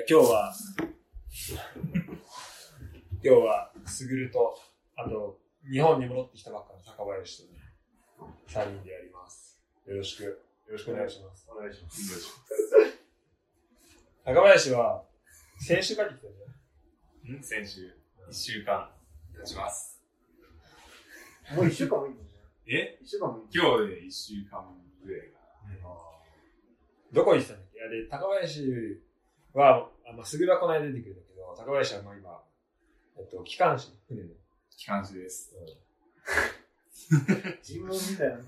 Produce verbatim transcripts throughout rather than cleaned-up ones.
今日は今日はすぐるとあと日本に戻ってきたばっかの高林とねさんにんでやります。よろしくよろしくお願いします。 お願いします。 高林は先週帰ってきたんじゃない？ ん先週いっしゅうかん経ちます。 もういっしゅうかんもいいんだね。 え？ いっしゅうかんもいい。 今日でいっしゅうかんぐらいかな。 どこ行ってたんだっけ？あれ高林はあまあすぐるはこの間出てくるんだけど、高林はもう今えっと機関士船の機関士です。 尋問みたいな。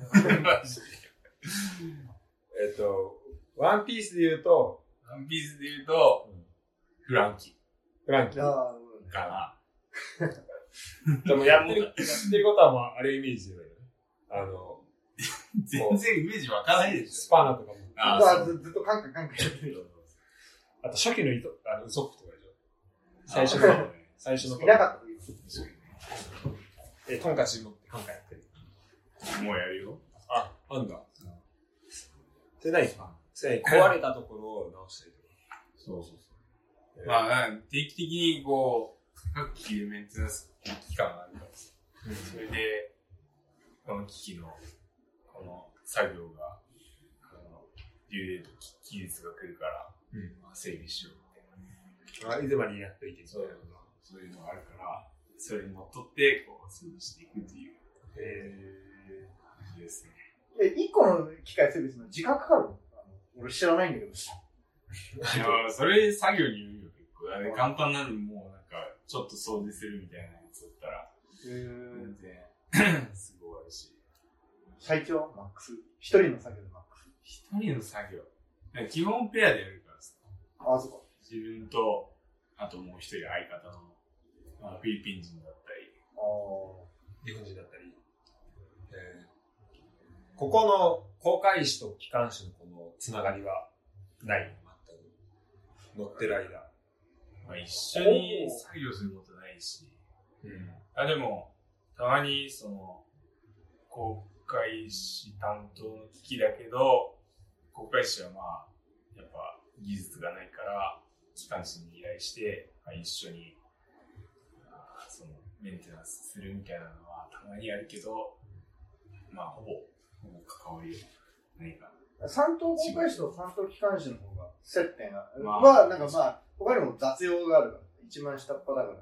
えっとワンピースで言うとワンピースで言うと、うん、フランキフランキーかな。 でもやってるやってることはまああれイメージでよね。あの全然イメージわかんないでしょ。 スパナとかも。 ああずっとカンカンカンカンやってる。 あと初期の糸あのウソップとかでしょ。最初の最初のいなかったえトンカチ持ってカンカンやってる。 もうやるよ。 ああんだ。それ何？それ壊れたところを直したりとか。 そうそうそう。えー、まあ定期的にこう各機器でメンテナンス期間があるから、うん、それでこの機器のこの作業があのデューデート期日が来るから、うんまあ、整備しようみたいな。 あいつまでやっといてそうそういうのがあるからそれにのっとってこう整備していくっていう感じですね。 えいっこの機械整備するの時間かかるの？俺知らないんだけど。 いやそれ作業に言うよ結構。あれ簡単なのにもうなんかちょっと掃除するみたいなやつだったら全然すごいあるし。 最長マックス一人の作業でマックス。 一人の作業。基本ペアでやるからさ。 ああそうか。 自分とあともう一人相方の、まあ、フィリピン人だったり、 ああ日本人だったり。えー、ここの航海士と機関士のこのつながりはない全く乗ってる間。 まあ、一緒に作業することないし、うん、あでもたまにその航海士担当の機器だけど航海士はまあやっぱ技術がないから機関士に依頼して、まあ、一緒にあそのメンテナンスするみたいなのはたまにやるけど、まあほぼほぼ関わりはないかな。 三等航海士と三等機関士の方が接点が、まあ、はなんかまあ他にも雑用があるから一番下っ端だから、うん、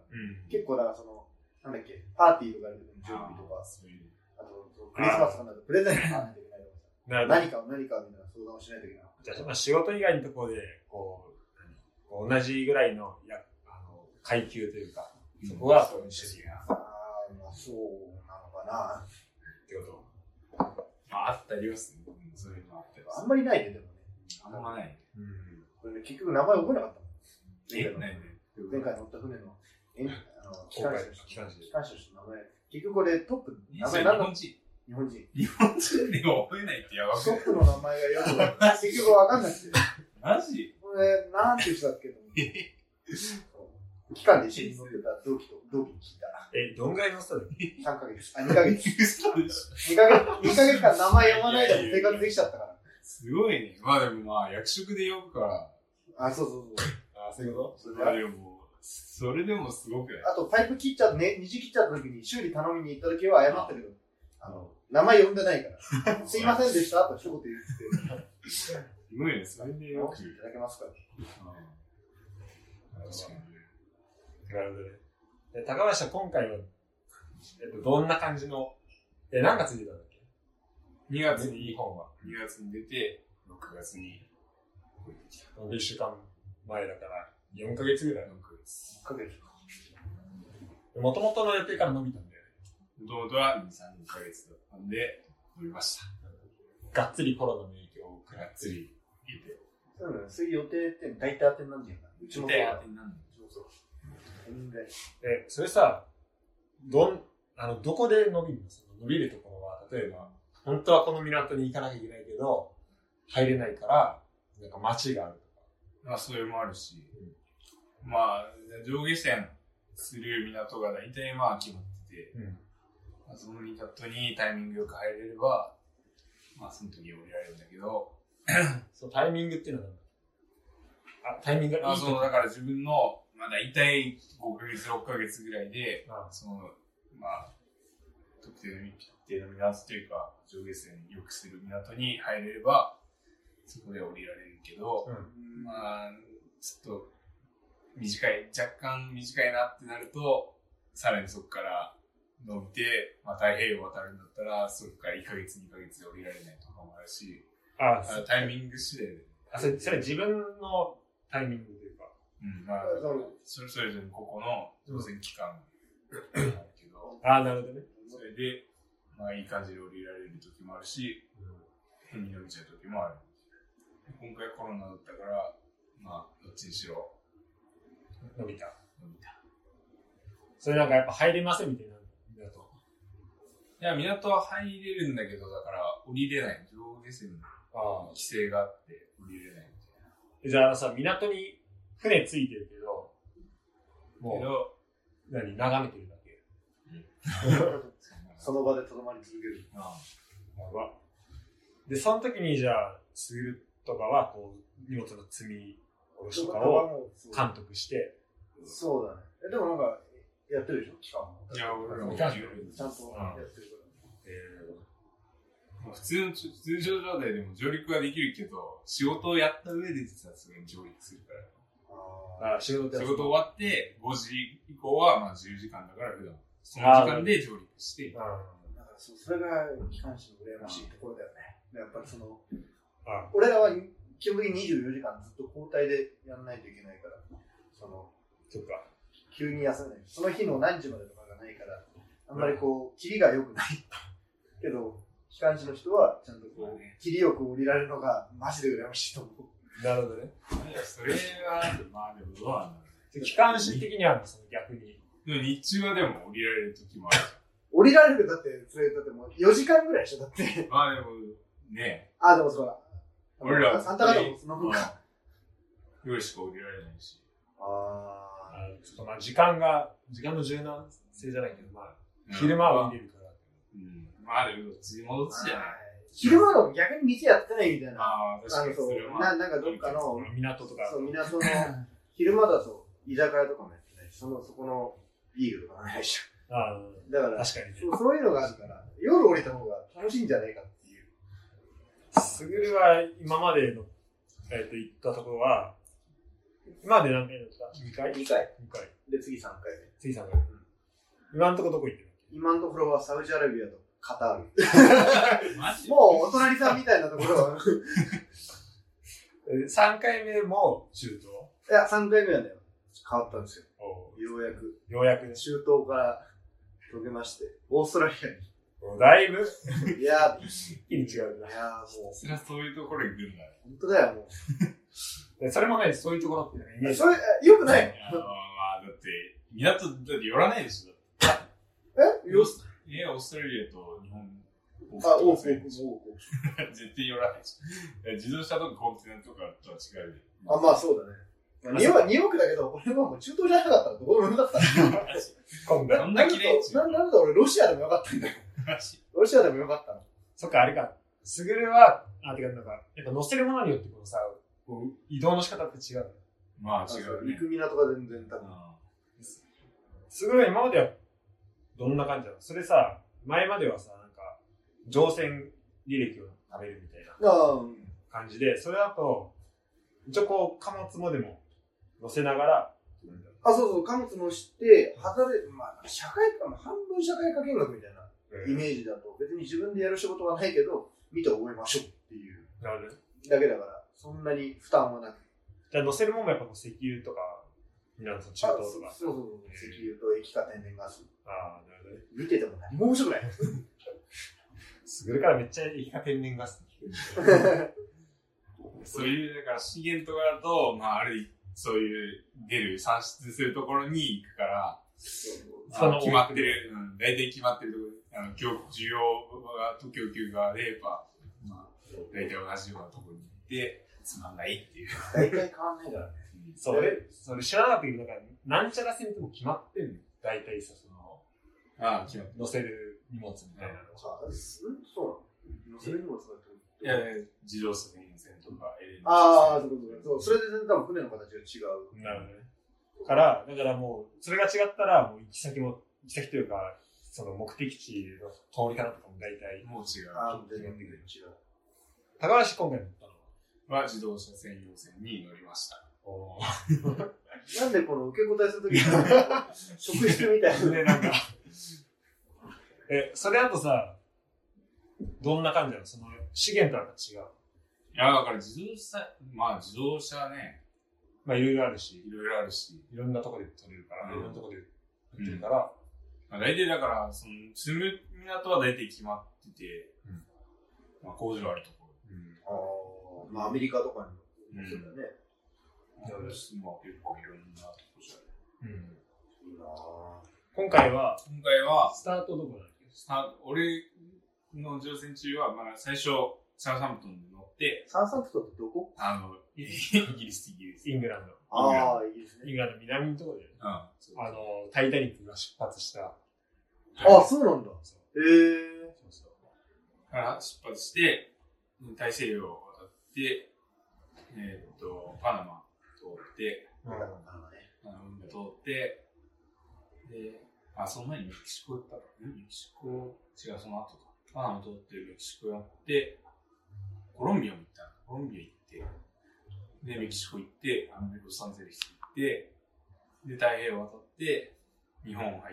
結構だからそのなんだっけパーティーとかで準備とかそういうあとクリスマスとかだとプレゼント買わないといけないとか何かを何かをみたいな相談をしないといけない。 じゃあ仕事以外のところでこう同じぐらいのやあの階級というか、うん、そこはそういう主義がああまあそうなのかなってこと。 まああったりはする。そういうのあったりあんまりないねでもね。 あんまないね。 うん。 これね結局名前覚えなかったもん。 えないね。 前回乗った船のえあの機関士機関士機関士の名前結局これトップ名前何だ？日本人。 日本人。 日本人でも覚えないってやばくない？ トップの名前がよく結局わかんなくて。 マジ？ これなんていう人だっけと思って。期間で一緒に乗ってた同期と同期に聞いた。 え、どんぐらい乗ってたの？ さんかげつ。あ、にかげつ。にかげつ、にかげつ間名前読まないで生活できちゃったから。 すごいね。まあでもまあ役職で呼ぶから。 あ、そうそうそう。 あ、そういうこと？ それでも、それでもすごくない？ あとパイプ切っちゃって、ね、虹切っちゃった時に修理頼みに行った時は謝ったけど、あの、名前呼んでないから。すいませんでしたと一言言って。 すごいね。それでよくいただけますか？うん。 確かに。 なるほどね。で高橋は今回は、えっと、どんな感じの、え、何月に出たんだっけ？ にがつに、 日本は。 にがつに出て、ろくがつに、 いっしゅうかんまえだから、よんかげつぐらい。 よんかげつ。 よんかげつか。 もともとの予定から伸びたんだよね。 もともとはに、さんかげつだったんで、伸びました。 がっつりコロナの影響をがっつり入れて。 そうだね。そういう予定って大体当てになんじゃん。うちも大体当てになんの。 そうそう。 え、それさ、どん、あの、どこで伸びるの？その伸びるところは、例えば、本当はこの港に行かなきゃいけないけど、入れないから、なんか街があるとか。 まあ、それもあるし、うん、まあ、上下線する港が大体まあ決まってて、うんまあ、その港にタイミングよく入れれば、まあ、その時降りられるんだけど、 そのタイミングっていうのはあ、タイミングがいい。 あ、その、だから自分の、まあ大体ごかげつ、ろっかげつぐらいで、 ああその、まあ、特定の、特定の港というか、上下船良くする港に入れれば、そこで降りられるけど、 うん、 まあ、ちょっと、短い、若干短いなってなると、さらにそこから伸びて、まあ太平洋を渡るんだったら、そこからいっかげつ、にかげつで降りられないとかもあるし、 ああ、 あタイミング次第で。 あ、それ、それ自分のタイミングというか。 うん、まあ、それぞれここの乗船期間があるけど、 ああ、なるほどね。 それで、まあいい感じで降りられる時もあるし、変に伸びちゃう時もある。今回コロナだったから、まあ、どっちにしろ。 伸びた。 伸びた。 それなんかやっぱ入れませんみたいな。港。 いや、港は入れるんだけど、だから降りれない。上下船の規制があって降りれないみたいな。 じゃあさ、港に船ついてるけど、もう、 けど何、眺めてるだけ。 その場でとどまり続ける。 あやば。で、その時にじゃあ、スグルとかは、こう、荷物の積み下ろしとかを監督して。 そうだね。え、でもなんか、やってるでしょ期間も。 いや、俺らもちゃんとやってるから。 え普通の通常状態でも上陸はできるけど、仕事をやった上で実はそれに上陸するから。 ー、あ仕事仕事終わってごじ以降はまあじゅうじかんだから普段。その時間で上陸して。 だからそそれが機関士の羨ましいところだよね。やっぱりその、 あ俺らは基本的ににじゅうよじかんずっと交代でやらないといけないから、その、 そっか。 急に休めない。その日の何時までとかがないから、あんまりこう、キリが良くない。けど、機関士の人はちゃんとこう、キリよく降りられるのがマジで羨ましいと思う。 なるほどね。 いや、それは、まあでもどうなんだろうね。 機関士的にはその逆に。 でも日中はでも降りられる時もあるじ降りられるだって、それだってもうよじかんぐらいでしょ、だって。 ゃん。まあでも、ねあ、でもそうだ。 俺らはあんた方もその分か。 夜しか降りられないし。 ああちょっとまあ時間が、時間の柔軟性じゃないけど、まあ、昼間は降りれるから。 うん。まあでもどっちもどっちじゃない。 昼間の逆に店やってないみたいな。 ああ、確かにそれは。 ななんかどっかの、 港とか。 そう、港の、昼間だと居酒屋とかもやってないし、その、そこのビールとかないし。 ああ、 だから、 確かにね。 そう、そういうのがあるから、夜降りた方が楽しいんじゃないかっていう。 すぐるは今までの、えっ、と、行ったところは、今まで何回だった ?に 回 ?に 回。 にかい。 で、次さんかいめ。 次さんかいめ。今のところどこ行ってる今のところはサウジアラビアとカタール。 マジもうお隣さんみたいなところは。 さんかいめも中東いや、さんかいめはね、変わったんですよ。 おようやく。 ようやくね。 中東から飛びまして、オーストラリアに。 だいぶいやー、 一気に違うな。 いやーもう、 それはそういうところに来るんだね。 本当だよ、もでそれもね、そういうところっていうのがイメーう。 ジ。 それ、よくないいやまあ、だって、港、だって寄らないでしょ。 えよす、 え、オーストラリアと日本。 あ、多く、多く、多く。 絶対寄らないし。自動車とかコンテナとかとは違うよ。 あ、まあそうだね。ニューヨークだけど、俺はもう中東じゃなかったらどこでもよかった。 今回。 そんな綺麗ななんだ俺、ロシアでもよかったんだよ。ロシアでもよかったの。 そっか、あれか。すぐるは、あ、てか、なんか、やっぱ乗せるものによってこのさ、こう移動の仕方って違う。 まあ違うね。 陸港が全然多分。 すぐるは今までは、どんな感じなの？それさ、前まではさ、なんか、乗船履歴を食べるみたいな感じで、それだと、一応こう、貨物もでも乗せながら、 あ、そうそう、貨物もして、働いて、まあ、社会科、半分社会科見学みたいなイメージだと、別に自分でやる仕事はないけど、見て覚えましょうっていう。 なるほど。 だけだから、そんなに負担はなく。 じゃあ乗せるもんもやっぱこう石油とか、なんか中東とか。 そうそうそう、石油と液化天然ガス。 ああ、なるほどね。 見てても何も面白くない。 すぐるからめっちゃ液化天然ガスって聞く。 そういう、だから資源とかだと、まああれ、そういう出る、産出するところに行くから、その決まってる、うん、大体決まってるところ、あの、需要側と供給側で、やっぱ、まあ、大体同じようなところに行って、つまんないっていう。 大体変わんないからね。 それ、それ知らなかったけど、なんか、なんちゃら線っても決まってんの大体さ、その、 ああ、決まって乗せる荷物みたいなのが。 そうなの乗せる荷物だといや、自動車専用線とか、エレンああ、そういうことそう。それで多分船の形が違う。 なるほどね。から、だからもう、それが違ったら、もう行き先も、行き先というか、その目的地の通り方とかも大体、 もう違う。 ああ、全然違う。 高橋今回乗ったのは自動車専用線に乗りました。 おなんでこの受け答えするときに、職質みたいな。 ね、なんか。え、それだとさ、どんな感じなのその、資源とは違う。 いや、だから自動車、まあ自動車ね、 まあいろいろあるし、 いろいろあるし、 いろんなとこで取れるから、 うんいろんなとこで売ってるから、 まあ、大体だから、その、住む港は大体決まってて、 うんまあ工場あるところ。 ああ、まあアメリカとかにもそうだね。 まあ結構いろんなとこじゃない。 うんいいなぁ。 今回は、 今回は、 スタートどこだっけスタ俺の乗船中は、まあ最初、サウサンプトンに乗って、 サンサンプトンってどこ？ あの、イギリス、イギリス。 イングランド。 ああ、いいですね。 イングランド南のところで、 うん。 あの、タイタニックが出発した。 ああ、そうなんだ。へえ。 そうそうから出発して、大西洋を渡って、えーっと、パナマ通って、 うんあのね。 あの海を通って、で、あ、その前にメキシコ行ったか。んメキシコ、違う、その後か。パナマ通ってメキシコやって、コロンビアも行ったの。コロンビア行って、で、メキシコ行って、あのロサンゼルス行って、で、太平洋渡って、日本入って、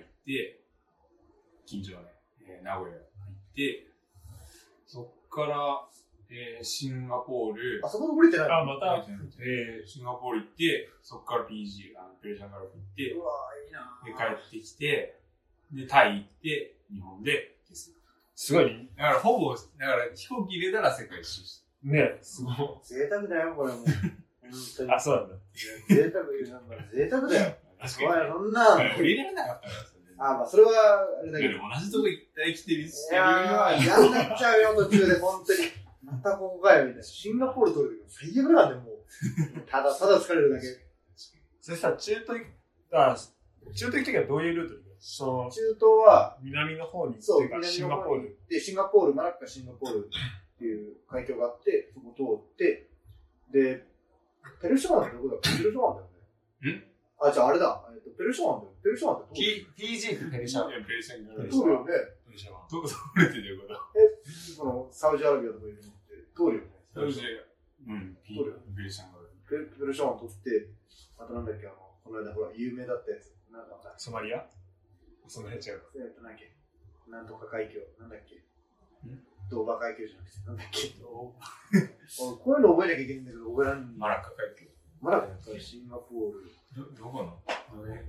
近所のね、えー名古屋入って、そっから、えー、シンガポール、 あそこで降りてない。 あ、また、 えー、シンガポール行って、そっから ピージー、あのペルシャンガルフ行って、 うわぁ、いいなで、帰ってきて、で、タイ行って、日本で消す。 すごいね。 だからほぼ、だから飛行機入れたら世界一周した。 ね、すごい。 贅沢だよ、これもう。本当に。 あ、そうなんだ。 贅沢言うなんだ。贅沢だよ。 確おい、 かに。 そんな。 降りられなかったから、それで。 あ、まあ、それは、あれだけど。 でも同じとこ行ったり来てるいしてるやよりは、 ー、嫌になっちゃうよ、途中で、本当に。またここかよ、みたいな。シンガポール取るとき最悪なんだよ、もう。ただ、ただ疲れるだけ。 それさ、中東行あ、中東行くときはどういうルートに行くのその、 中東は、 南の方にそう、 っていうか、シンガポール。 で、シンガポール、マラッカシンガポールっていう海峡があって、そこ通って、で、ペルシャ湾ってどこだっけペルシャ湾だよね。 んあ、じゃああれだ。えっと、ペルシャ湾だよ。ペルシャ湾って通る。 ピージー ってペルシャ。 ペルシャンガルフ。 通るよね。 ペルシャ湾。 どこ通れてることその、サウジアラビアとかいうのって通るよね。 ペルシャン、うん、ピペルシャンガルフ。 ペペルシャ湾通って、あとなんだっけ、あの、この間ほら、有名だったやつ。なんだっけ。 ソマリアその辺違う。 えっと、なんだっけ。なんとか海峡。なんだっけ。 んドーバー海峡じゃなくて、なんだっけ。俺こういうの覚えなきゃいけないんだけど、覚えらんない。 マラッカ海峡。 マラッカ、シンガポール。 ど、どこのどれ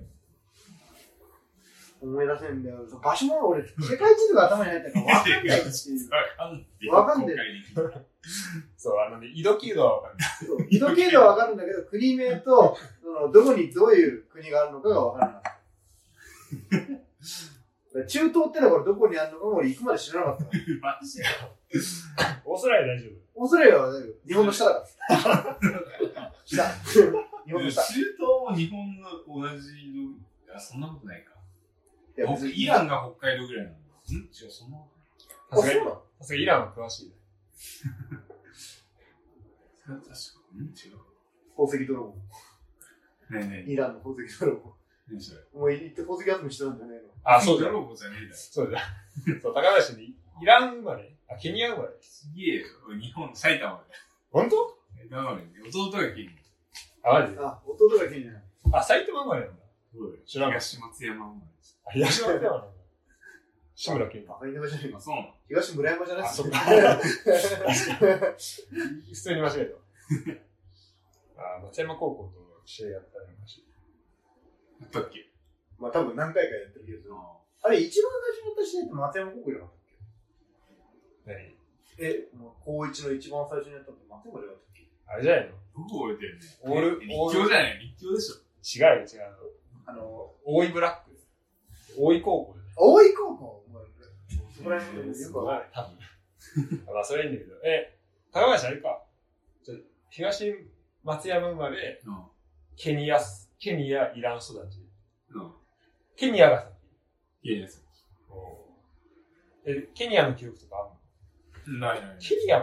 思い出せんだよ。場所も俺、世界地図が頭に入ったから分かんないし。 わかんない。 わかんないそう、あのね、緯度経度はわかんない。 そう緯度経度は分かるんだけど、国名と、そのどこにどういう国があるのかが分からない。中東ってのはこれどこにあるのかも俺行くまで知らなかった。 マジでオーストラリア大丈夫オーストラリアは大丈夫。日本の下だから。下。日本の下。 中東も日本の同じ緯度、いや、そんなことないか。 いや別にイランが北海道ぐらいなの。ん違う、そんなことあ、そうなのさすがにイランは詳しいね。 ない。確かに。ん違う。 宝石泥棒。 ねえねイランの宝石泥棒。 え。何それ。 もう行って宝石集めしてたんじゃねえの。 あ、そうだよ。 ロボじゃねえだよ。 そうだ。そう、高林に、イラン生まれあ、ケニア生まれすげえよ。日本、埼玉で。 本当だからね、弟がケニあ、マジであ、弟が気になる。 あ、埼玉生まれなんだ。 そうだよ。 知らんか東松山生まれです。 あ、東松山なんだ。志村けん。 バカ田舎じゃねえあ、 か。 そうなの東村山じゃないあ、そっか。普通に間違えた。あ、松山高校と試合やったりましやったっけまあ多分何回かやってるけど。 ああれ、一番最初にやった試合って松山高校じゃなかったった。何けえ、もう高一の一番最初にやったって松山じゃなかったっけあれじゃないのどこ覚えてるね。 オールえ立教じゃない立教でしょ。 違うよ、違う。 あの、 大井ブラック。大井高校で。 大井高校もうそこら辺でよくわかんない。 多分。まあ、それはいいんだけど。え、高林あれか。ちょ東松山生まれ、 うん。 ケニア、ケニア、イラン育ち。 うん。 ケニアが先。 いやいや、 え、ケニアの記憶とかあるのないないない。 ケニア、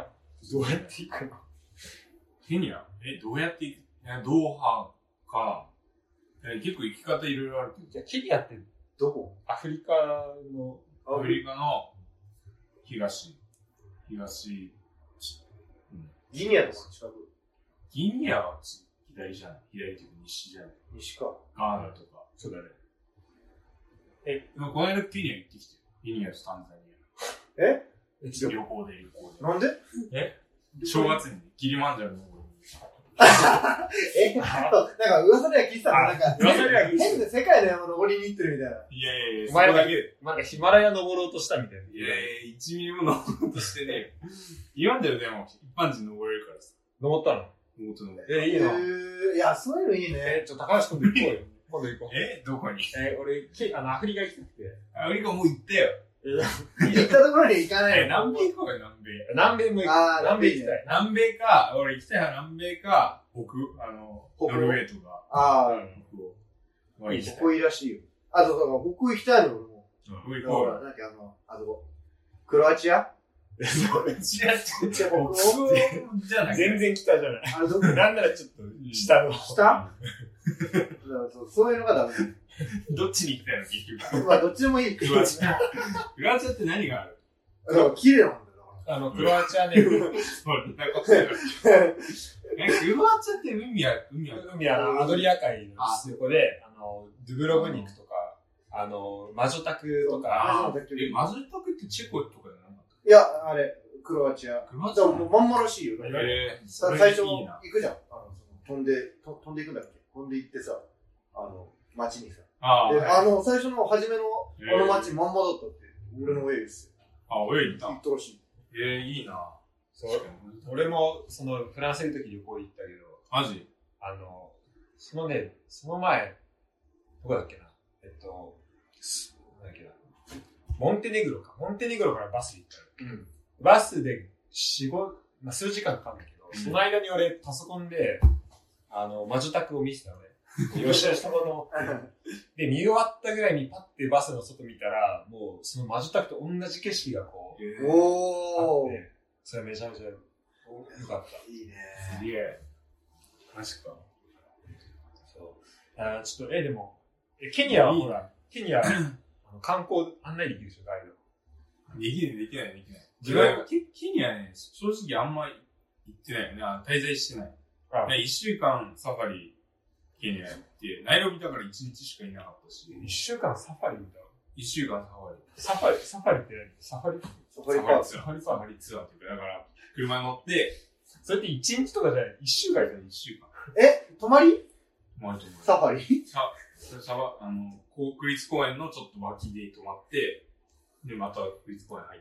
どうやって行くの？ ケニアえ、どうやって行く？ドーハか。え結構行き方いろいろあるけど。 じゃあケニアってどこ？ アフリカの。 アフリカの東。東。 うん、ギニアとか近く。 ギニアは左じゃない。左というか西じゃない。 西か。 ガーナとか。 そうだね。 え、でもこの間ケニア行ってきて。ギニアとタンザニア。え旅行で旅行で。 なんで？ え正月にキリマンジャロの方に。 えなんか噂では聞いてたのなんか、 噂では聞いてた。 変で世界の山登りに行ってるみたいな。 いやいやいや、 お前だけ、なんかヒマラヤ登ろうとしたみたいな。 いやいや、一ミリも登ろうとしてね。イワンジャロでも一般人登れるからさ。 登ったの？ 登ったの。 え、いいの？ えー、いや、そういうのいいね。 え、ちょっと高橋今度行こうよ。今度行こう。 えどこに？ え、俺、けあの、アフリカ行きたくて。 アフリカもう行ったよ。 行ったところに行かないよ。 南米行こうよ、南米。 南米も行く。 あー南米行きたい。 南米か、俺行きたいのは南米か、北、あの、ノルウェーとか。 ああ、 北欧。 ここいいらしいよ。あと、だから北欧行きたいの俺も。 北欧行こうよ。 なんかあの、あそこ。クロアチア？ クロアチアって北欧じゃない。 全然北じゃない。 あれどこ？ なんならちょっと下の。 下？そうそういうのがダメ。 どっちに行きたいの結局。 まあどっちでもいい。 クロアチア。クロアチアって何がある？ だから綺麗なんだよ。 あの、クロアチアね。 そう、なんかそういうの。クロアチアって海は、海は、 海はアドリア海の横で、あの、ドゥブロブニクとか、あの、マジョタクとか。 え、マジョタクってチェコとかじゃなかった？ いや、あれ、クロアチア。 クロアチアもうまんまらしいよ。 えー、 最初行くじゃん。あの飛んで、飛んでいくんだっけ？飛んで行ってさ、あの、街にさ。 あで、あの、最初の初めのあの街まんまだったって、俺の親ですよ。 あ、親行った？ 行ったらしい。 えー、いいな。 そう。俺も、その、フランスにいるとき旅行行ったけど。 マジ？ あの、そのね、その前、どこだっけな。えっと、なんだっけな。モンテネグロか。モンテネグロからバスで行ったの。うん。バスでよん、ご、まあ、数時間かかるんだけど、うん、その間に俺パソコンで、あの、マジョタクを見てたのね。よしよしとこの。で、見終わったぐらいにパッてバスの外見たら、もうそのマジョタクと同じ景色がこう、 えー、おー。 それめちゃめちゃ良かった。 いいね。 すげえ。マジか。 そう。あちょっと、え、でも、えケニアはほら、ケニア、あの観光案内できるでしょ、ガイド。 できない、できない、できない。自分はケニアね、正直あんま行ってないよね。滞在してない。ああ、いっしゅうかんサファリ、ケニア行って、ナイロビだからいちにちしかいなかったし。 いっしゅうかんサファリみたいな。 いっしゅうかんサファリ。 サファリ、サファリって何？サファリサファリパーツ。 サファリツアー。サファリツアーっていうか、だから、車乗って、 それっていちにちとかじゃない？ いっ 週間じゃない？ いっしゅうかん。 え、泊まり？ 泊まり泊まり。 サファリ？ さ、さ、あの、国立公園のちょっと脇で泊まって、で、また国立公園入って、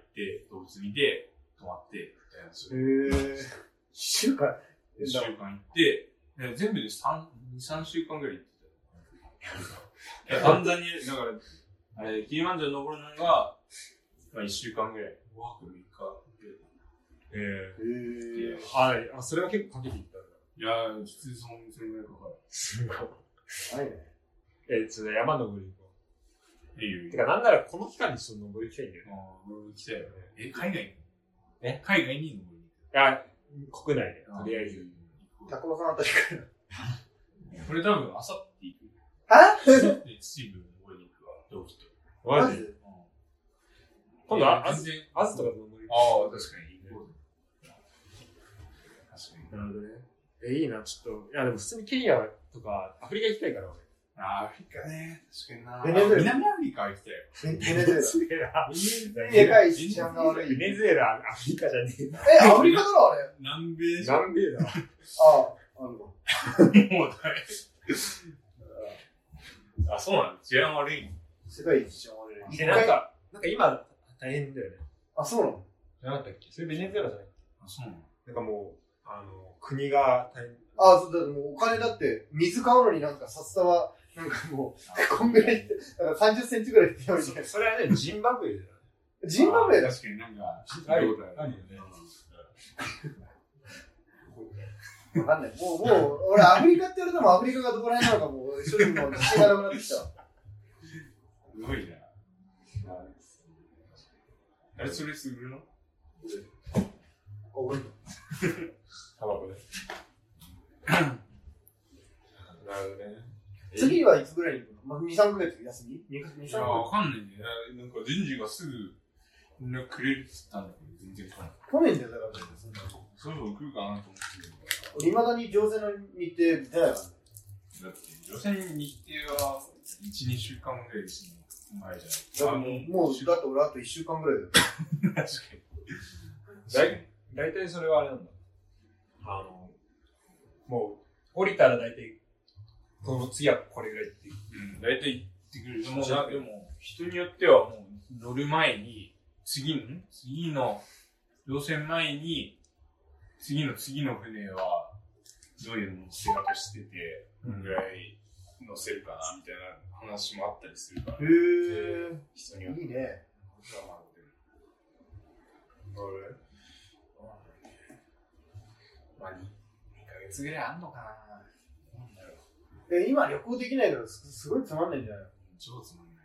動物見て、泊まって、みたいな。 へぇー。いっしゅうかん？ いっしゅうかん行って、全部でさん、に、さんしゅうかんぐらい行ってた。タンザニア、だから、あれ、キリマンジャロ登るのが、まあいっしゅうかんぐらい。ごはくみっか。 えー、 えー。はい。あ、それは結構かけていったんだ。 いやー、普通その、それぐらいかかる。 すごい。 ないね。 え、ちょっと山登り行こう。いいよいいよ。 てか、なんならこの期間にちょっと登り行きたいんだよね。 ああ、登り行きたいよね。え、海外にえ海外に登りに行く？ あ、国内で、とりあえず。 タコロさんあたりから。 これ多分、あさって行く。 は？ で、秩父登りに行くわ、同期と。 マジで？今度は、 あず、 あずとかで登り行く。ああ、確かに。確かに。 なるほどね。え、いいな、ちょっと。いや、でも普通にケニアとか、アフリカ行きたいから、俺。 あ、アフリカね。確かにな。 ベネズエラ。 南アフリカ行きたいよ。 ベネズエラ。 世界一治安が悪い。 ベネズエラ、アフリカじゃねえな。 え、アフリカだろ、あれ。 南米じゃん。南米だ。 ああ、あるわ。もうだい。あ、そうなんだ。治安悪いの？ 世界一治安悪い。 え、なんか、なんか今、大変だよね。 あ、そうなの？ じゃなかったっけ？それベネズエラじゃないっけ？ あ、そうなの？ なんかもう、あの、国が大変。 あ、そうだ、もうお金だって、水買うのになんか札束は、なんかもう、こんぐらいって、だからさんじゅっセンチぐらいって言われて。 それはね、ジンバブエだよ。 ジンバブエだ。 確かになんか、 あるよね。 わかんない。もう、もう、俺アフリカって言われてもアフリカがどこら辺なのかもう、正直もう自信がなくなってきた。すごいな。あれ、それするの？ おぶんの。 タバコで。なるほどね。 次はいつぐらいに行くの？まあ、に、さんかげつ休み ?に、さんかげつ。いや、わかんないんだよね。なんか人事がすぐ連絡くれるって言ったんだけど、全然来ない。 去年でだからね、そんなの。 そろそろ来るかなと思ってる俺、未だに乗船の日程出ないからね。 だって、女性に日程はいち、にしゅうかんぐらいですね。前じゃない。だってもう、もう、だって俺あといっしゅうかんぐらいだよ。 確かに。 だいたいそれはあれなんだ。あの、もう、降りたらだいたい、この次はこれぐらいっていう。 うん、だいたい行ってくる。でも、でも人によってはもう乗る前に、次の、次の、乗船前に、次の次の船は、どういう乗せ方してて、どのぐらい乗せるかな、みたいな話もあったりするから。 へぇー。 人によって。 いいね。 俺まあ、にかげつぐらいあんのかな。なんだろう。 え、今旅行できないからす、すごいつまんないんじゃないの？ 超つまんない。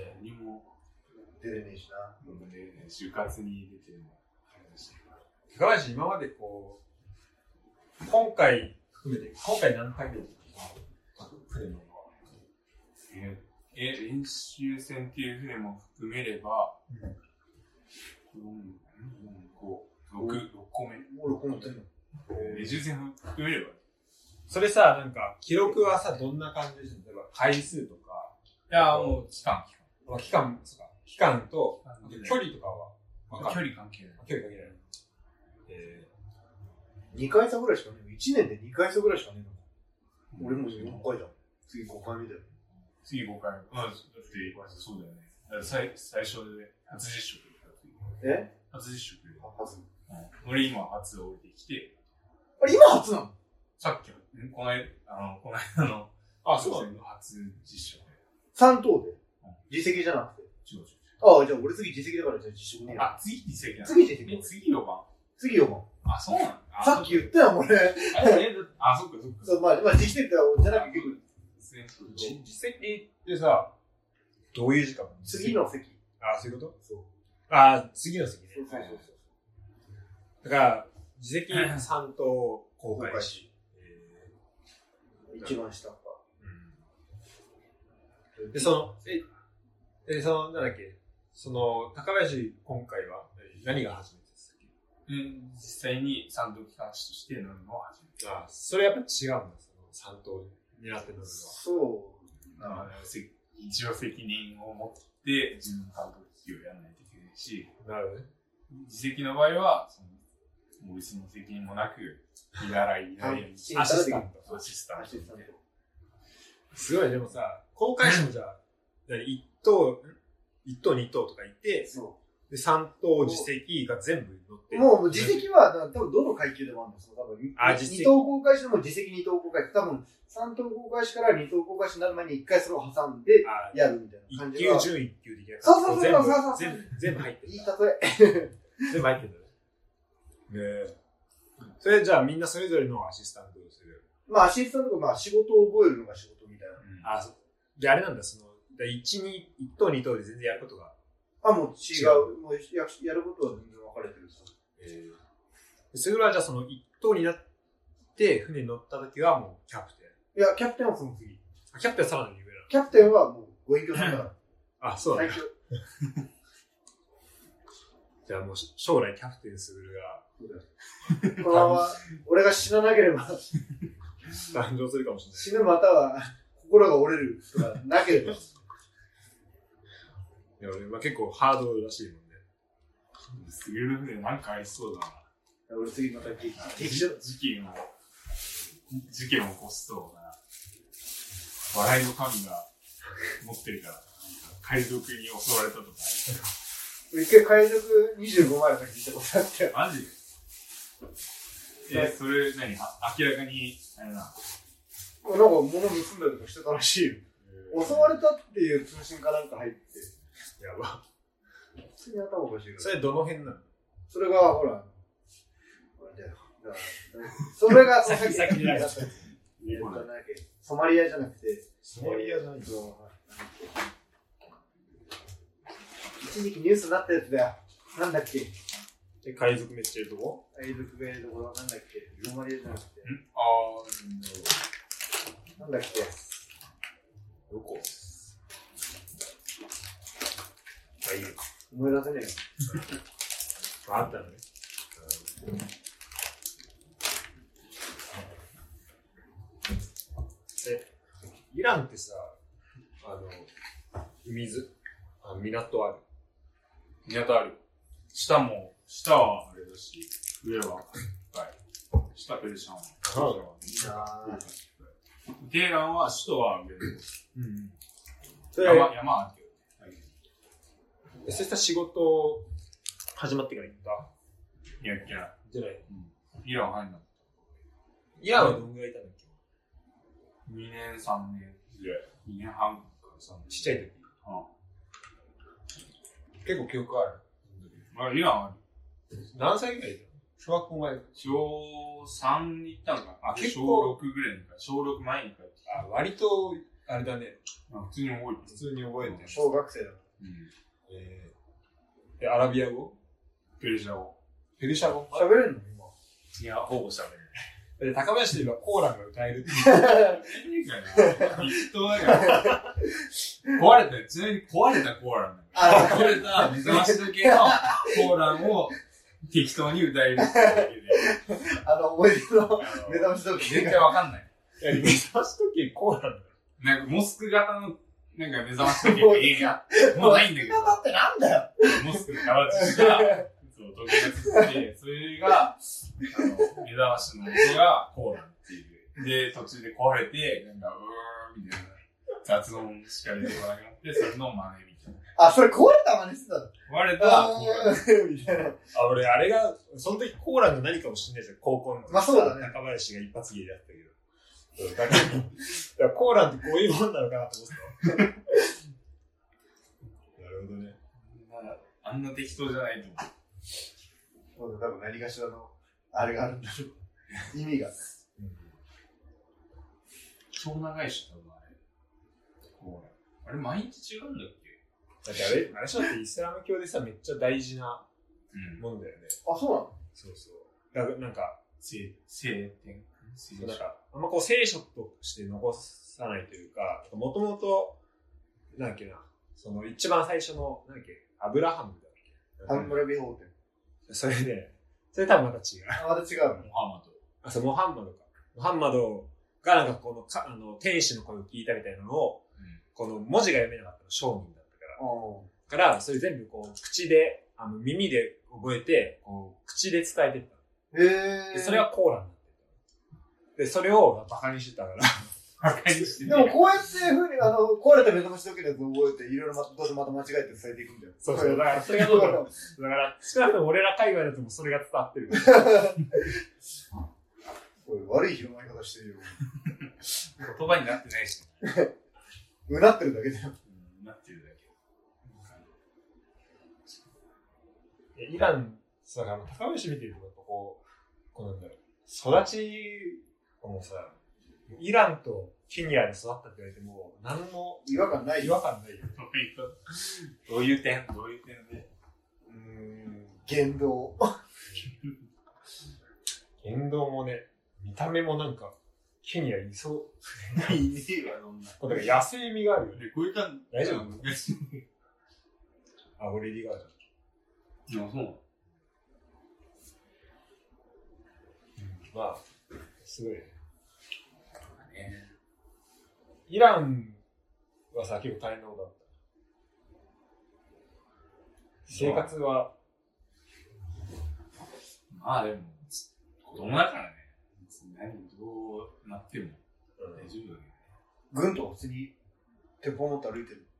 ね、何も出れねえしな。 もうね、就活に出てるの。 高林、今までこう、今回含めて、今回何回目ですか？船の。 え、え、練習船っていう船も含めれば、うん、うん、こう、ろく、ろっこめ。 もうろっこめってんの？ 練習船含めれば。 それさ、なんか、記録はさ、どんな感じですか？例えば、回数とか。 いや、もう、期間、期間。期間、そうか。期間と、距離とかは距離関係ない。 距離関係ない。えー、にかい差ぐらいしかねえの？いちねんでにかい差ぐらいしかねえの？俺もよんかいじゃん。次ごかいめだよ。 次ごかいめ。あ、だって、そうだよね。最、最初で、初実食。 え？ 初実食。 初。 俺今初降りてきて。 あれ、今初なの？ さっき、この間、あの、この間の、 あ、そうなの？ 初実食。 さん等で？自席じゃなくて。 違う違う。 ああ、じゃあ俺次自席だからじゃあ実食ねえよ。 あ、次自席なの？ 次自席。 え、次よんばん？ 次よんばん。 あ、そうなの？ さっき言ったよ、俺。 あ、そっかそっか。 そう、まあ、まあ、自席ってじゃなくて、 自席ってさ、どういう時間？ 次の席。 あ、そういうこと？ そう。 あ、次の席ね。 そうそうそう。 だから、自席さん等公開し。 一番下か。 で、その、え、え、その、なんだっけ、その、高林、今回は何が初めてですか？ うん、実際に三等機関士として乗るのは初めて。 ああ、それやっぱ違うんだ、その三等狙って乗るのは。 そう。 あ一応責任を持って自分の監督機をやらないといけないし、 なるほどね。 自責の場合は、そのもう別に責任もなく、見習い、見習い、 アシスタント。 アシスタント。 すごい、でもさ、公開士もじゃあ、一等、一等、二等とかいて、で、三等自責が全部乗ってる。 もう自責は、多分どの階級でもあるんですよ。多分あ、自責。 二等公開士でも自責二等公開士。多分三等公開士から二等公開士になる前に一回それを挟んでやるみたいな感じが。 一級、準一級的な。 そうそうそうそうそう。 全部、全部入ってる。 いい例え。 全部入ってるんだね。ねえ。それじゃあみんなそれぞれのアシスタントをする。 まあアシスタントがまあ仕事を覚えるのが仕事みたいな。 うん、あ、そう。で、あれなんだ、その、いち、に、いち等、に等で全然やることが。 あ、もう違う。もうややることは全然分かれてるさ。 えー、それはじゃあそのいち等になって船に乗った時はもうキャプテン。 いや、キャプテンはその次。 キャプテンはさらに上なの？ キャプテンはもうご隠居さんだから。 あ、そうだね。じゃあもう将来キャプテンするが。 そうだよ。このまま俺が死ななければ誕生するかもしれない。 死ぬまたは心が折れるとかなければ。 いや俺、まあ、結構ハードらしいもんね。 すげる船なんかありそうだな。 俺次また劇事件を、事件を起こすとな、笑いの神が持ってるから、海賊に襲われたとか。 一回海賊にじゅうごまいの時見たことあったよ。 マジで？え、それ何、明らかに、あれな。 なんか物盗んだりとかしてたらしいよ。襲われたっていう通信かなんか入って。 やば。 普通に頭おかしいから。 それどの辺なの？ それが、ほら、それが、 さっきさっきじゃないですか。 ソマリアじゃなくて、 ソマリアじゃないと。 一時期ニュースになったやつだよ。なんだっけ。 で、海賊めっちゃいるとこ海賊がいるところ、なんだっけロマリアじゃなくて。 んあー、 なんだっけどこあ、いいよ。 思い出せねえよ。 あったのね。え、イランってさ、あの、水、あ、港ある。 港ある。下も、下はあれだし、上は、はい。下ペルシャンは。 ああ。 テヘランは、首都は上です。 うん。 山、山あるけどね。 はい、そしたら仕事始まってから行った？ いや、いや、 じゃない。 うん。イラン入んなかった。 イランはどんぐらいいたんだっけ？ にねん、さんねんぐらい。にねんはんかさんねん。 ちっちゃい時。 ああ結構記憶ある。 まあ、イランは何歳ぐらいいたの？小学校前。 小さんに行ったのかな。あ、 結構小ろくぐらいにか。小ろく前に帰って。 あ、割と、あれだね。 あ、普通に覚えてる。 普通に覚えてる。 小学生だ。 うん。 えー、え、アラビア語？ ペルシャ語。 ペルシャ語？ 喋れんの今。 いや、ほぼ喋れで、高林で言えばコーランが歌えるっていう。 ない。何かな適当だから。壊れたよ。ちなみに壊れたコーランだから。壊れた目覚まし時計のコーランを適当に歌えるっていうだけで。 あの、思い出の目覚まし時計絶対わかんない。 いや、目覚まし時計コーランだよ。 なんか、モスク型の、なんか目覚まし時計が映画。もうないんだけど。 だってなんだよモスクの形した、そう、時計がつってて、それが、あの、目覚ましの音がコーランっていう。で、途中で壊れて、なんか、うーん、みたいな。雑音しか出てこなくなって、それの真似みたいな。 あ、それ壊れた真似してたの壊れたコーラン。 みたいな。 あ、俺、あれが、その時コーランが何かもしんないじゃん、高校の。 まあそうだね高林が一発芸でやったけど。そうだから、だからコーランってこういうもんなのかなと思ってた。なるほどね。 あんな適当じゃないと思う。 そうだ、多分何かしらの、あれがあるんだろう。意味が。 超長いし、多分あれ。コーラン。あれ、毎日違うんだっけ？ だってあれ、あれしょってイスラム教でさ、めっちゃ大事なうん。 もんだよね。 あ、そうなのそうそう。だからなんか、 聖、聖典聖そうなんか、あんまこう聖書として残さないというか、もともと、なんだっけな、その一番最初の、なんだっけ、アブラハムだっけ。 ハンブラビ法典。 それで、それ多分また違う。 あ、また違うのモハマド。 あ、そう、モハンマドか。モハンマドがなんかこのか、あの、天使の声を聞いたみたいなのを、 うん、 この文字が読めなかったの商人だったから。 おから、それ全部こう、口で、あの、耳で覚えて、こう、口で伝えてったの。 へー。 で、それはコーラになってた。で、それをバカにしてたから。 バカにしてでもこうやってふうに、あの、壊れた目覚まし時計のやつ覚えて、いろいろまた、どうせまた間違えて伝えていくんだよ。 そうそう。だから、それがどうだろう。だから、少なくとも俺ら海外だともそれが伝わってる。 おい悪い広まり方してるよ。 言葉になってないし。 うなってるだけだよ。 うん、なってるだけ。 イラン、さ、あの、高林見てると、やっぱこう、こうなんだろう、育ち、もうさ、イランとケニアで育ったって言われても、何の違和感ない違和感ないよ。 どういう点どういう点でうーん、言動。 言動もね、見た目もなんか、ケニアいそう。 いねえわ、そんな。 これだから野生味があるよね。 で、こういう感じ。 大丈夫夫あ、俺リガード。 いや、そうなの。 まあ、すごいね。 ね。 イランはさ、結構大変なことだった。生活は、 まあでも、子供だからね。何、どうなっても大丈夫だね。 軍とか普通に鉄砲持って歩いてる。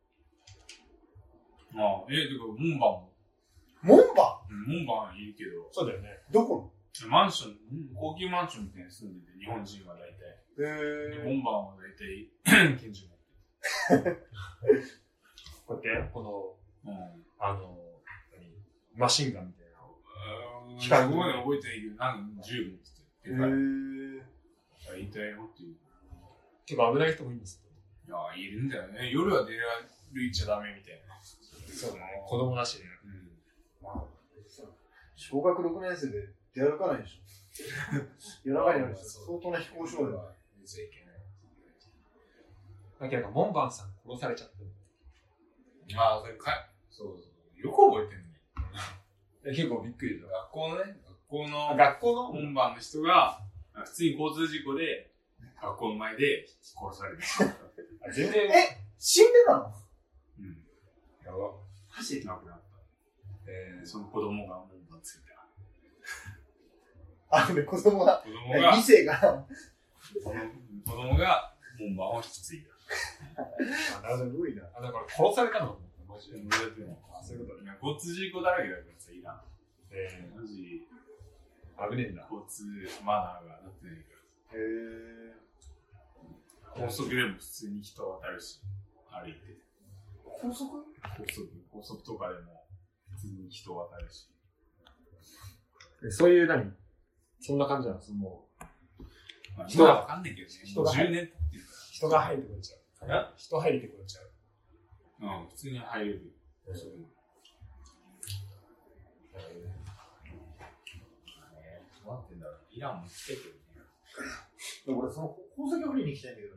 ああ、え、てか、門番も。 門番門番いるけど、 そうだよね。 どこマンション、高級マンションみたいに住んでて、日本人は大体。 のへで、 ー。 門番は大体、拳銃持ってる。 こうやって、この、 うん。 あの、何マシンガンみたいな。 うん。そこまで覚えてないけど、なんか銃持ってて。 へー。 大体持ってる。 結構危ない人もいるんですいや、いるんだよね。夜は出歩いちゃダメみたいな。 そうだね。子供だしね。 うん。 まあ、 小学ろくねん生で出歩かないでしょ。夜中にある人、相当な非行少年だ。 出ちゃいけない。だけど、門番さん殺されちゃった。 ああ、それか、そうそう。よく覚えてんね。 結構びっくりだ。 学校のね、学校の、 学校の門番の人が、普通に交通事故で、学校の前で殺されて全然。 え、死んでたの？ うん。 やば。 マジで亡くなった。 えー、 その子供が門番ついた。 あ、で、子供が、 子供が、 に世が、 子供が門番を引き継いだ。 あ、すごいな。 あ、だから殺されたのマジで。 あ、そういうことね。交通事故だらけだからさ、いらん。 えー、 マジ、 危ねえんだ。 交通マナーがなってないから。 へー。 高速でも普通に人渡るし、歩いて。 高速？ 高速、高速とかでも普通に人渡るし。 そういう何そんな感じなんですもう。 まあ、人はわかんないけどね。 人がじゅうねん経ってるか人が入ってこれちゃう。 ら。 人入ってこれちゃう。 うん、普通に入れる。 うん、 そういうの。どうなってんだろう。イランも来てるけどね。 俺、その宝石掘りに行きたいんだけど。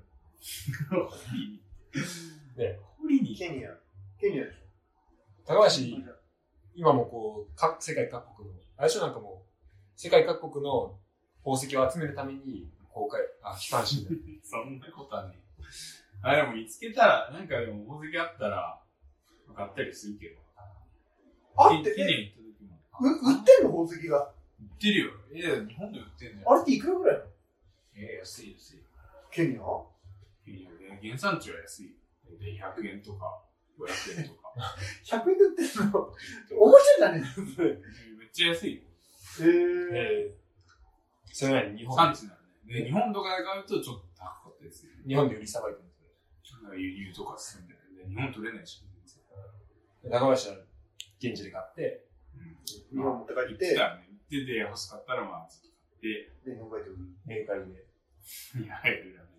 ね、 掘りにケニア。ケニアでしょ。 高橋、今もこう、各世界各国の、あれでしょなんかもう、世界各国の宝石を集めるために、公開、あ、機関誌で。 そんなことはね。あ、でも見つけたら、なんかでも宝石あったら、買ったりするけど。 あって、 ケニアに行った時も。 う、売ってんの宝石が。 売ってるよ。いや、日本で売ってんじゃん。 あれっていくらぐらいなの？ えー、安い安い。 ケニア？ ケニアで原産地は安い。で、ひゃくえんとか、ごひゃくえんとか。 ひゃくえんで売ってんの？面白いじゃねえのそれ。 めっちゃ安いよ。 へー。 えー、それなに日本産地なんで、ね。日本とかで買うとちょっと高かったですよ。 日本で売りさばいてるんです輸入とかするんだけど、日本取れないし。 よ。高橋は現地で買って、 日本持って帰っ売ってて、 たらね、売ってて欲しかったらまあ、ちょっと買って、 で、日本帰ってくる。 メーカーで。 いや、入るらない。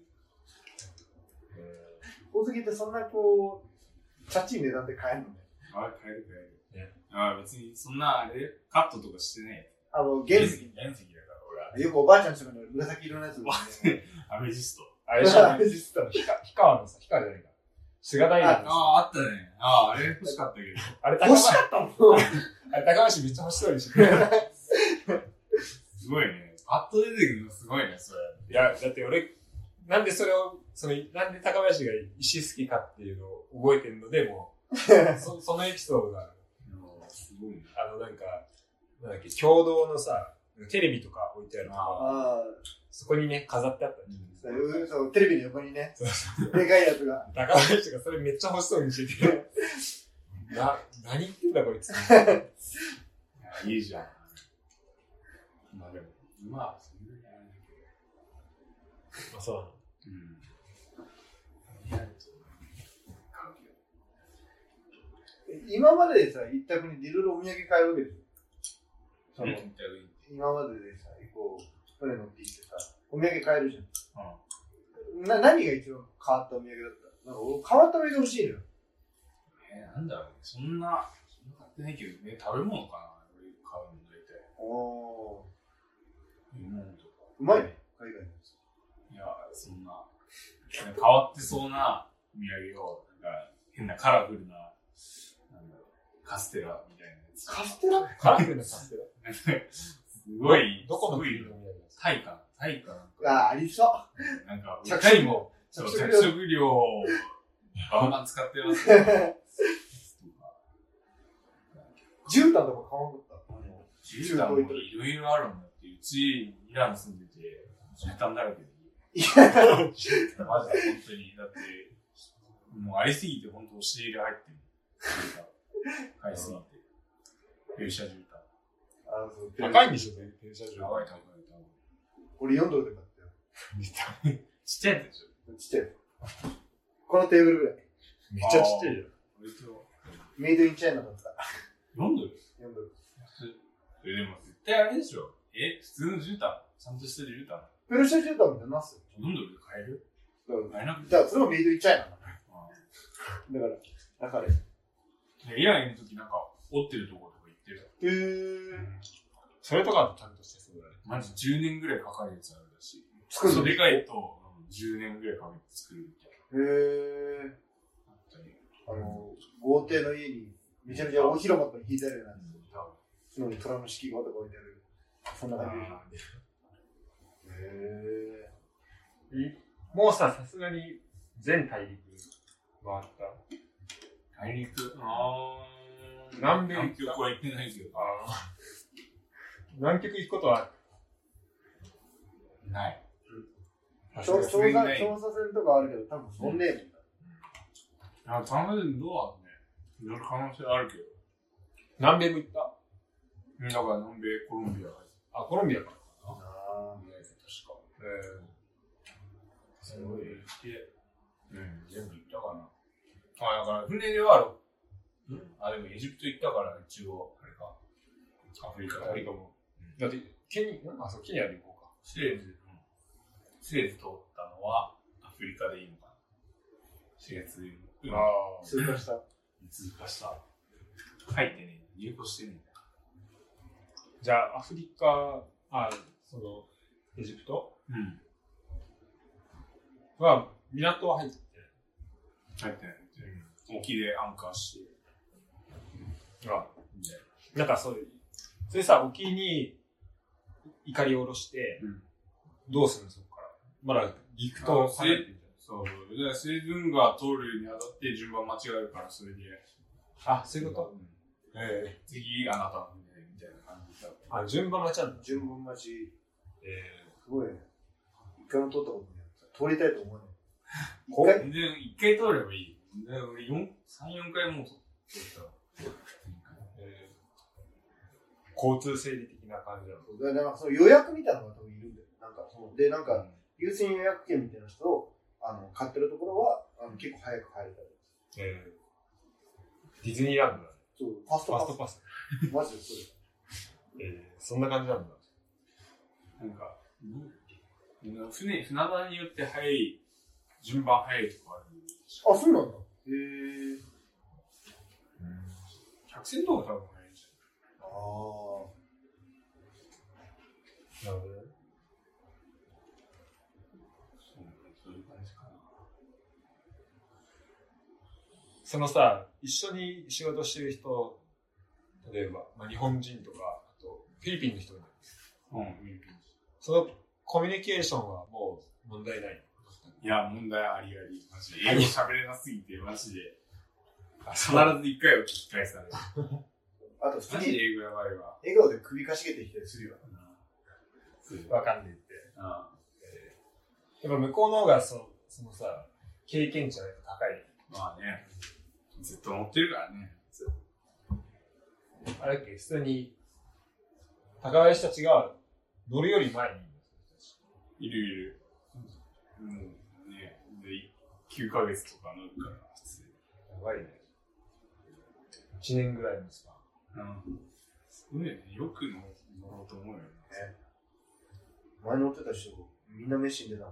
宝石ってそんなこう、チャッチい値段で買えるのね。 あ、買える買える。 ね、 あ、別にそんなあれ、カットとかしてない。 あの、原石。 原石だから俺は。 よくおばあちゃんの人が紫色のやつ。 アメジスト。 あれでしょ実は、氷川のさ、氷川じゃないか。菅平のさ。 ああ、あったね。ああ、あれ欲しかったけど。 あれ高橋、 欲しかったのあれ高橋めっちゃ欲しそうにしてる。 すごいね。パッと出てくるのすごいね、それ。 いや、だって俺、なんでそれを、その、なんで高林が石好きかっていうのを覚えてるので、もう、そ, そのエピソードがある。 すごいね。 あの、なんか、なんだっけ、共同のさ、テレビとか置いてあるとか、 あそこにね、飾ってあったんですあ、そう、テレビの横にね、 そうそうでかいやつが。 高林がそれめっちゃ欲しそうにしてて、な、何言ってんだこいつ。 いや、いいじゃん。まあでも、今はそんなにあれだけど。 あ、そうなの。 うん。やると買うけど。 今まででさ、一択にいろいろお土産買えるわけでしょ。そのうん、 今まででさ、こう、船乗って行ってさ、お土産買えるじゃん。 うん。 な、何が一番変わったお土産だったなんか俺変わったお土産欲しいのよ。 えー、なんだろうね。そんな、そんな買ってないけどね、食べ物かな俺買うの大体。 おー。 食べ物とか。 うまいね、海外のやつ。 いや、そんな、変わってそうなお土産を、なんか、変なカラフルな、なんだろう、カステラみたいなやつ。 カステラカラフルなカステラすごい、 どこのすごい国のお土産なんですか？ タイか、タイかなんか。 ああ、ありそう。 なんか、 着タイも、そう着色料着色料をバンバン使ってますね。 絨毯とか買わなかった。あの絨毯もいろいろあるんだって。うち、イラン住んでて、絨毯だらけで。 いや、 マジで本当に。だって、もうありすぎて本当押し入れ入ってる。買いすぎて。ペルシャ絨毯。 あそう高いんでしょね、ペルシャ絨毯。 高い高い高い。 俺よんドルで買ったよ。 ちっちゃいやつでしょ。 ちっちゃい。このテーブルぐらい。 めっちゃちっちゃいじゃん。 割とメイドインチャイナだった。 よんドルよんドル。 え、でも絶対あれでしょ。え、普通の絨毯ちゃんとしてる絨毯ペルシャ絨毯みたいなのすよ。 よんドルで買えるだから、 買えなくて。 だからそれもメイドインチャイナだ。 あだから、だから。 あイランいるときなんか、折ってるところとか行ってる。 へー。 それとかだとちゃんとしてそうだね。 マジじゅうねんぐらいかかるやつあるらしい。 作るのでかいと、じゅうねんぐらいかけて作るみたいな。 へー。あの、豪邸の家に、めちゃめちゃ大広間とかに引いてあるようなやつ。そのに虎の敷がとか置いてある。そんな感じで。へー。もうさ、さすがに全大陸回った。 大陸あー。 南米南極は行ってないけど。 ああ。南極行くことはない。 調査、調査船とかあるけど、多分そんねえもんだ。 あ、多分どうだろうね。いろいろ可能性あるけど。 南米も行った？ だから南米、コロンビア。 あ、コロンビアか。 あね、確か。 えすごい。うん、全部行ったかな。あ、だから船では、うん、あ、でもエジプト行ったから一応、あれか。アフリカ。 アフリカも。だって、ケニア、あ、そう、ケニアに行こうか。 スエズ、スエズ通ったのはアフリカでいいのかな。シエズ、うん、 ああ。通過した。 通過した。入ってね、入国してねえんだよ。 じゃあ、アフリカ、あ、その、エジプトうんは、港は入って入ってない。沖でアンカーして。 あ、なんかそういう、それさ、沖に怒りを下ろして、うん、どうするのそこから。まだ陸と離れてるじゃん。 そうそう。だから水分が通るにあたって順番間違えるから、それで。 あ、そういうこと、 うん、ええー。次、あなたみたいな感じだ。 あ、順番待ちなんだ。 順番待ち。 ええー。 すごいね。一回も通ったことない。通りたいと思うね。 一回で一回通ればいい。で俺さん、よんかいもう通った。 えー、交通整理的な感じなの。 だからその予約みたいなのが多分いるんだよ。なんかそので、なんか、優先予約券みたいな人をあの買ってるところはあの結構早く入れたり。 えー、ディズニーランドだね。 そう、ファストパス。 ファストパス。 マジでそうです。 えー、そんな感じなんだ。 なんか、船、船場によって早い、順番早いとこある。 あ、そうなんだ。へぇー。 客船とか多分早いんじゃん。 ああ。なるほどね。 そう、そういう感じかな。 そのさ、一緒に仕事してる人、例えば、まあ、日本人とか、あと、フィリピンの人がいる。 うん、フィリピン。 そのコミュニケーションはもう問題ない。 いや、問題ありあり。マジで。英語喋れなすぎて、マジで。必ず一回は聞き返される。 あと、 マジで英語やばいわ。 笑顔で首かしげてきたりするよ。 わかんねえって。 ああ、 えー、やっぱ向こうの方がそ、そのさ、経験値が高い。 まあね。ずっと思ってるからね。 あれだっけ、普通に、高林たちが乗るより前にいるいる。もうね、で、きゅうかげつとか乗るから、普通に。 やばいね。いちねんぐらいのさ。 うん。すごいよね。よく乗ろうと思うよね。 前乗ってた人、みんな目死んでた。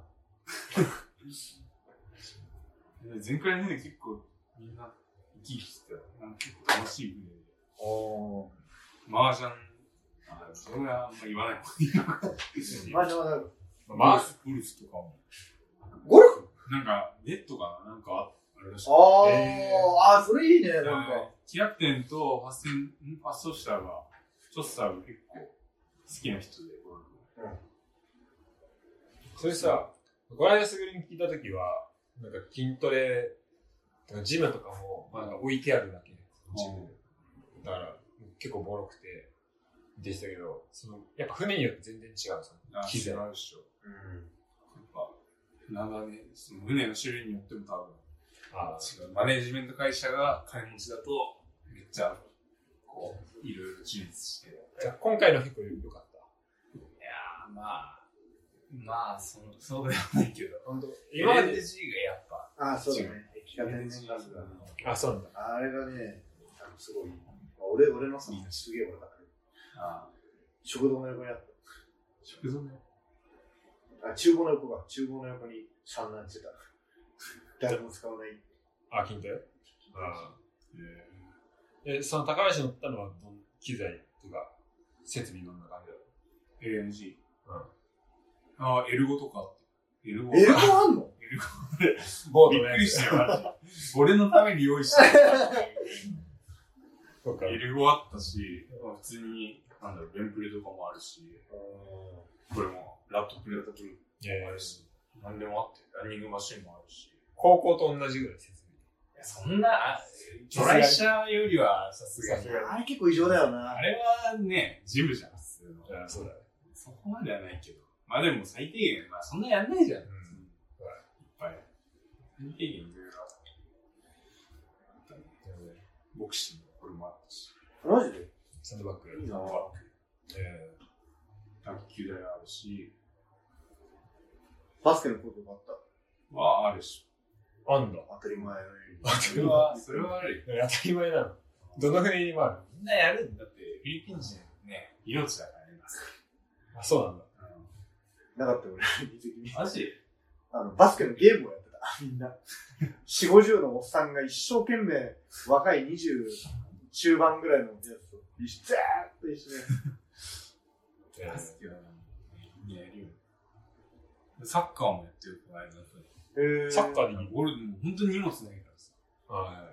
前回の船結構みんな生き生きしてた。なんか結構楽しい船で。 おー。 麻雀、あ、それはあんま言わない方がいいのか。 麻雀はなんか、 まあ、ゴルフとかも。 ゴルフなんか、ネットかななんかあるらしい。 あー、えー、あー、それいいね、なんか。 キャプテンとファッセン、ファッソスターが、ショッサーが結構好きな人で、ゴルフ。うん。 それさ、この間すぐに聞いたときは、なんか筋トレ、ジムとかも、まあ、置いてあるだけ。ジム。だから、結構ボロくて、でしたけど、その、やっぱ船によって全然違う。その機材。違うでしょ。うん。やっぱ、船がね、その船の種類によっても多分、あ違う。マネージメント会社が金持ちだと、めっちゃ、こう、いろいろ充実して。 じゃあ、今回の結構良かった。 いやー、まあ、まあ、その、そうではないけど。 本当。 今まで エルエヌジー がやっぱ。 ああ、そうだね。液化天然ガスが。 あ、そうなんだ。 あれがね、すごい。俺、俺のさ、すげえ俺だから。ああ。食堂の横にあった。 食堂の横あ、厨房の横が。厨房の横に産卵してた。誰も使わない。 あ、筋トレああ。えー、え、その高林乗ったのはどん機材っていうか、 設備どんな感じだろう？ エルエヌジー。 うん。 ああ、エルゴとかあって。エルゴ。 エルゴあんの？ エルゴで。 ボードびっくりしたよ、マジで。俺のために用意した。 そうか。 エルゴあったし、普通に、なんだろう、ベンプレとかもあるし、これも、ラットプレートプレーもあるし、なんでもあって、ランニングマシンもあるし。 高校と同じぐらい設備。 いや、そんな、あ、トライシャーよりはさすがに。 あれ結構異常だよな。 あれはね、ジムじゃん、普通の。 ああ、そうだね。 そこまではないけど。まあでも最低限、まあそんなやんないじゃん。うん。いっぱい。最低限いろいろあったね。ボクシング、これもあったし。 マジで？ サンドバッグ。 いいなぁ。 えー、卓球台あるし。 バスケのコートがあった。 はあるし。 あんだ。 当たり前のように。 それは、それは悪い。 当たり前なの。どの国にもある。 みんなやるんだって、フィリピン人ね、命だからね、バスケ。 あ、そうなんだ。 なかったよ、俺。 マジ？ あの、バスケのゲームをやってた。みんな。四五十のおっさんが一生懸命、若い二十中盤ぐらいのやつと、一緒、ザーッと一緒で。 バスケはみんなやるよ。サッカーもやってる、この間の人に。 へー。 サッカーでいい？ 俺、もう本当に荷物ないからさ。 はい。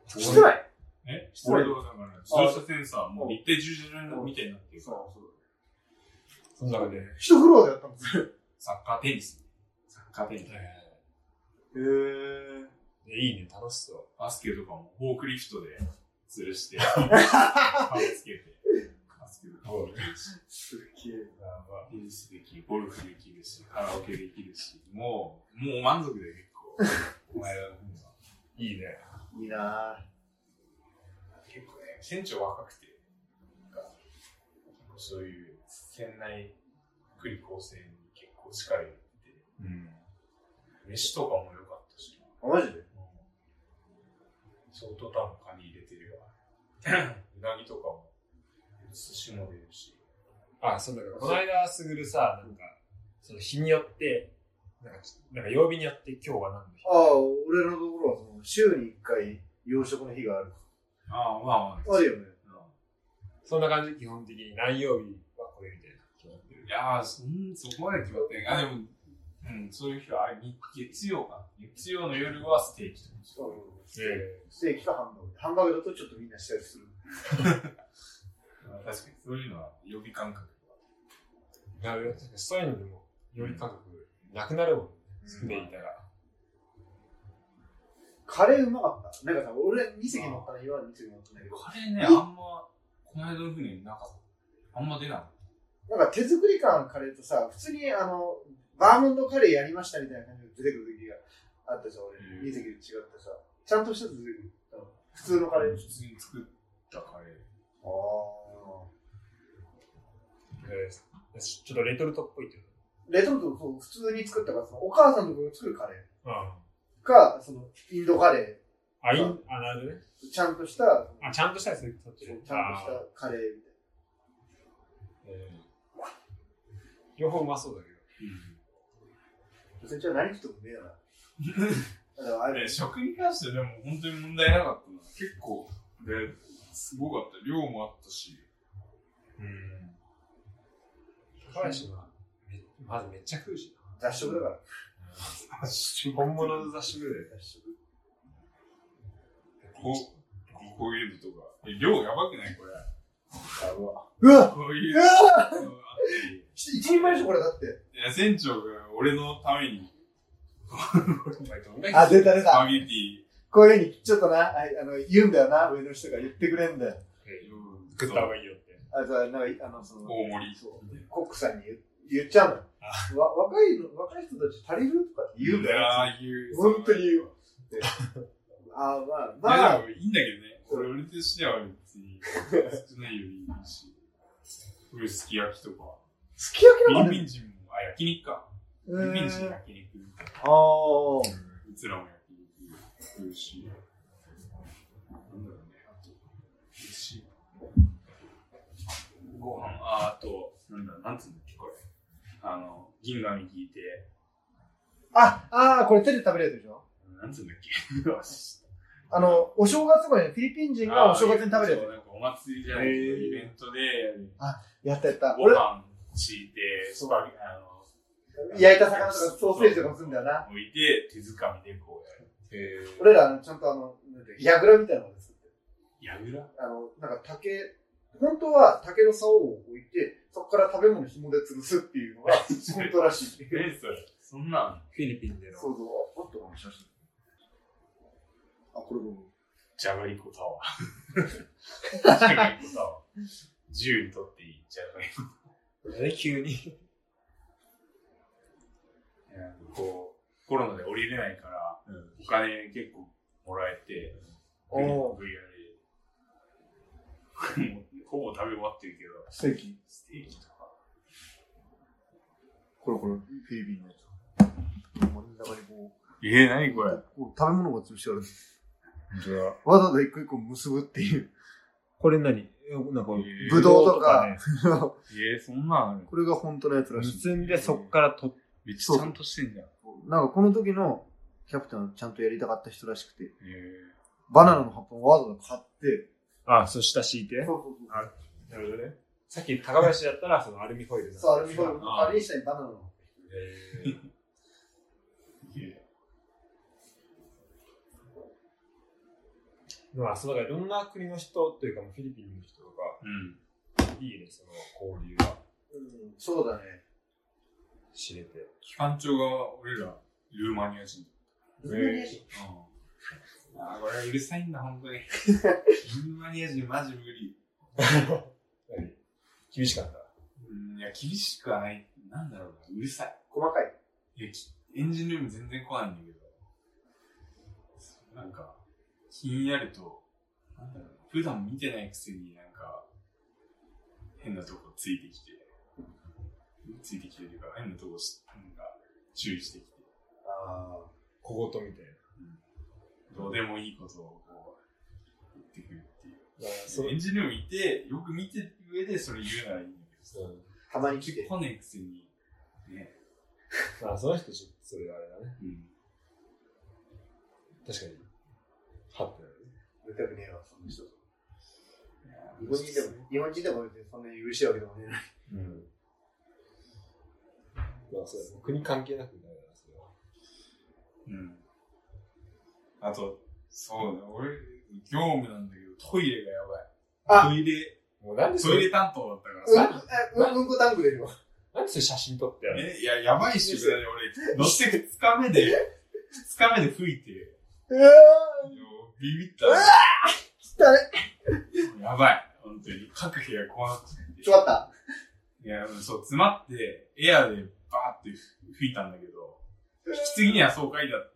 してない？ えしてない俺はだから、自動車センサーも立体駐車場みたいになってるから。 そうそう。 その中で。 一フロアでやったんですよ。 サッカーテニス。サッカーテニス。 へー。 いいね、楽しそう。 バスケとかもフォークリフトで吊るして、顔つけて、バスケとかもできるし、 すげえな。 テニスできる、ゴルフできるし、カラオケできるし、もう、もう満足で結構、お前らの分は。 いいね。 いいなぁ。 結構ね、船長若くて、なんかそういう船内福利厚生に結構力入れて、 うん。 飯とかも良かったし、 あ、マジで？ 相当多分カニ入れてるよ。うなぎとかも、寿司も出るし。 あ、そうだから、この間、すぐるさ、なんか、その日によって、なんか、なんか曜日によって今日は何の日？ ああ、俺のところはその週に一回養殖の日がある。 ああ、まあまあ。 あるよね。 そんな感じで基本的に何曜日はこれみたいな決まってる。 いやー、そんそこまで決まってない。あ、でも、うん、そういう日は、あ月曜か。月曜の夜はステーキとか。 そう。 えステーキとハンバーグ。ハンバーグだとちょっとみんなしたりする。 確かに、そういうのは曜日感覚えー。なるほど。そういうのでも、より感覚なくなるもんね。住んでいたら。 カレーうまかった。なんかさ、俺に席乗ったら今はに席乗ったんだけど。 カレーね、あんま、この間の船になかった。あんま出なかっなんか手作り感カレーとさ、普通にあの、バーモンドカレーやりましたみたいな感じで出てくる時があったじゃん、俺。に席で違ってさ。ちゃんとした出てくる。普通のカレー。 普通に作ったカレー。 ああ。 えー、ちょっとレトルトっぽいけど。 レトルトそう普通に作ったからそのお母さんのところが作るカレーあか、そのインドカレあ。あ、いん、あ、なるほどね。 ー、ちゃんとした、 あ、ちゃんとしたやつ、そっちちゃんとしたカレーみたいえー、両方うまそうだけど。 うん。 そっちは何食ってもうめえよな。だからあれ、 食に関してでも本当に問題なかったな。結構、で、すごかった。量もあったし。 うん。高橋は、まずめっちゃ食うし雑食だから。 な。本物の雑食で。 雑食。 こう、こういうのとか。え、量やばくないこれ。 うわ。うわこういううわのあって。 一人前でしょ、これだって。 いや、船長が俺のために、 あ、出た出スパた。 ゲティ。 こういうふうに、ちょっとな、ああの、言うんだよな、上の人が言ってくれんだよ。 食った方がいいよって。 あ、そう、なんか、あの、その、 大盛り。 そうコックさんに言言っちゃうのよ。わ若いの、若い人たち足りるとかって言うんだよ。 いやー、言う。 本当に言う。あー、まあ、まあいや、でもいいんだけどね。これ俺としては別に少ないよりいいし。これすき焼きとか。 すき焼きフィなんかね。 リピン人も、あ、焼肉か。フィリピン人焼肉。 あー。 うつらも焼肉食うし。なんだろうね、あと、美味しい。ご飯、あ、あと、なんだ、なんつうんだっけ、これ。あの、銀紙聞いて。 あ、あー、これ手で食べれるでしょ？ なんつうんだっけ。 あの、お正月とかね、フィリピン人がお正月に食べるやつ。 なんかお祭りじゃないけど、イベントでやる。 あ、やったやった。 ご飯敷いて、スパゲあの、 焼いた魚とかソーセージとかもするんだよな。 置いて、手づかみでこうやる。 へ俺ら、ちゃんとあの、ヤグラみたいなのを作ってる。 ヤグラあの、なんか竹、本当は竹の竿を置いて、そこから食べ物紐で潰すっていうのが、本当らしい。 え、それ。そんなんフィリピンでの。 そうそう。あったかな、写真。あ、これも。 じゃがりこタワー。じゃがりこタワー。自由に取っていいじゃがりこ。 何急に。 いや、こう、コロナで降りれないから、うん、お金結構もらえて、うん、おー。ブイアール もうほぼ食べ終わってるけど。 ステーキステーキとか。 これこれ、フィリピンのやつ。真ん中にこう。 えー、何これこう食べ物が潰してある。 本当だ。 わざわざ一個一個結ぶっていう。 これ何なんか、 ぶどうとか。 えー、そんなんあるこれが本当のやつらしい。 結んでそっからと、 めっちゃちゃんとしてんじゃん。 なんかこの時のキャプテンはちゃんとやりたかった人らしくて。 えー、バナナの葉っぱをわざわざ買って。 あ、そう下敷いて。 そうそうそう。 あ、なるほどね。さっき高林だったら、そのアルミホイル。 そう、アルミホイル。あれにしたいバナナの。 えーまあ、そうだからいろんな国の人というか、フィリピンの人とか、うん、いいね、その交流が。 うん、そうだね。 知れて。 機関長が俺ら、ルーマニア人。 ルーマニア人、 うん、ああ、これうるさいんだ、ほんとに。ルーマニア人マジ無理。 何厳しかった、 うん、いや、厳しくはない。なんだろうな、うるさい。 細かい。 いや、エンジンルーム全然来ないんだけど。なんか、ひんやりと、なんだろう、普段見てないくせになんか、変なとこついてきて、ついてきてるというか、変なとこなんか注意してきて。 ああ、小言みたいな、 うん。どうでもいいことをこう、言ってくるっていう。そうエンジンルームいて、よく見てる上でそれ言うならいいんだけど、 たまに来て。 来ねえくせに、ね。 まあ、その人ちょっとそれがあれだね。うん。確かに。はってなる。 出たくねえわ、その人と。日本人でも、日本人でもそんなに嬉しいわけでもねえな。うん。 まあ、そうだね。国関係なくなるな、それは。 うん。あと、そうだ、俺、業務なんだけど、トイレがやばい。あトイレ、もうなんでトイレ担当だったからさ。 うん、うんこタンクでしょ。 なんでそれ写真撮ってやるえ、いや、やばいっしょ、俺。乗って二日目で、二日目で吹いて。 うわービビった。 うわー来たね。 やばい。本当に。各部屋こうなってて。 詰まったいや、そう、詰まって、エアでバーって吹いたんだけど、引き継ぎにはそう書いてあって、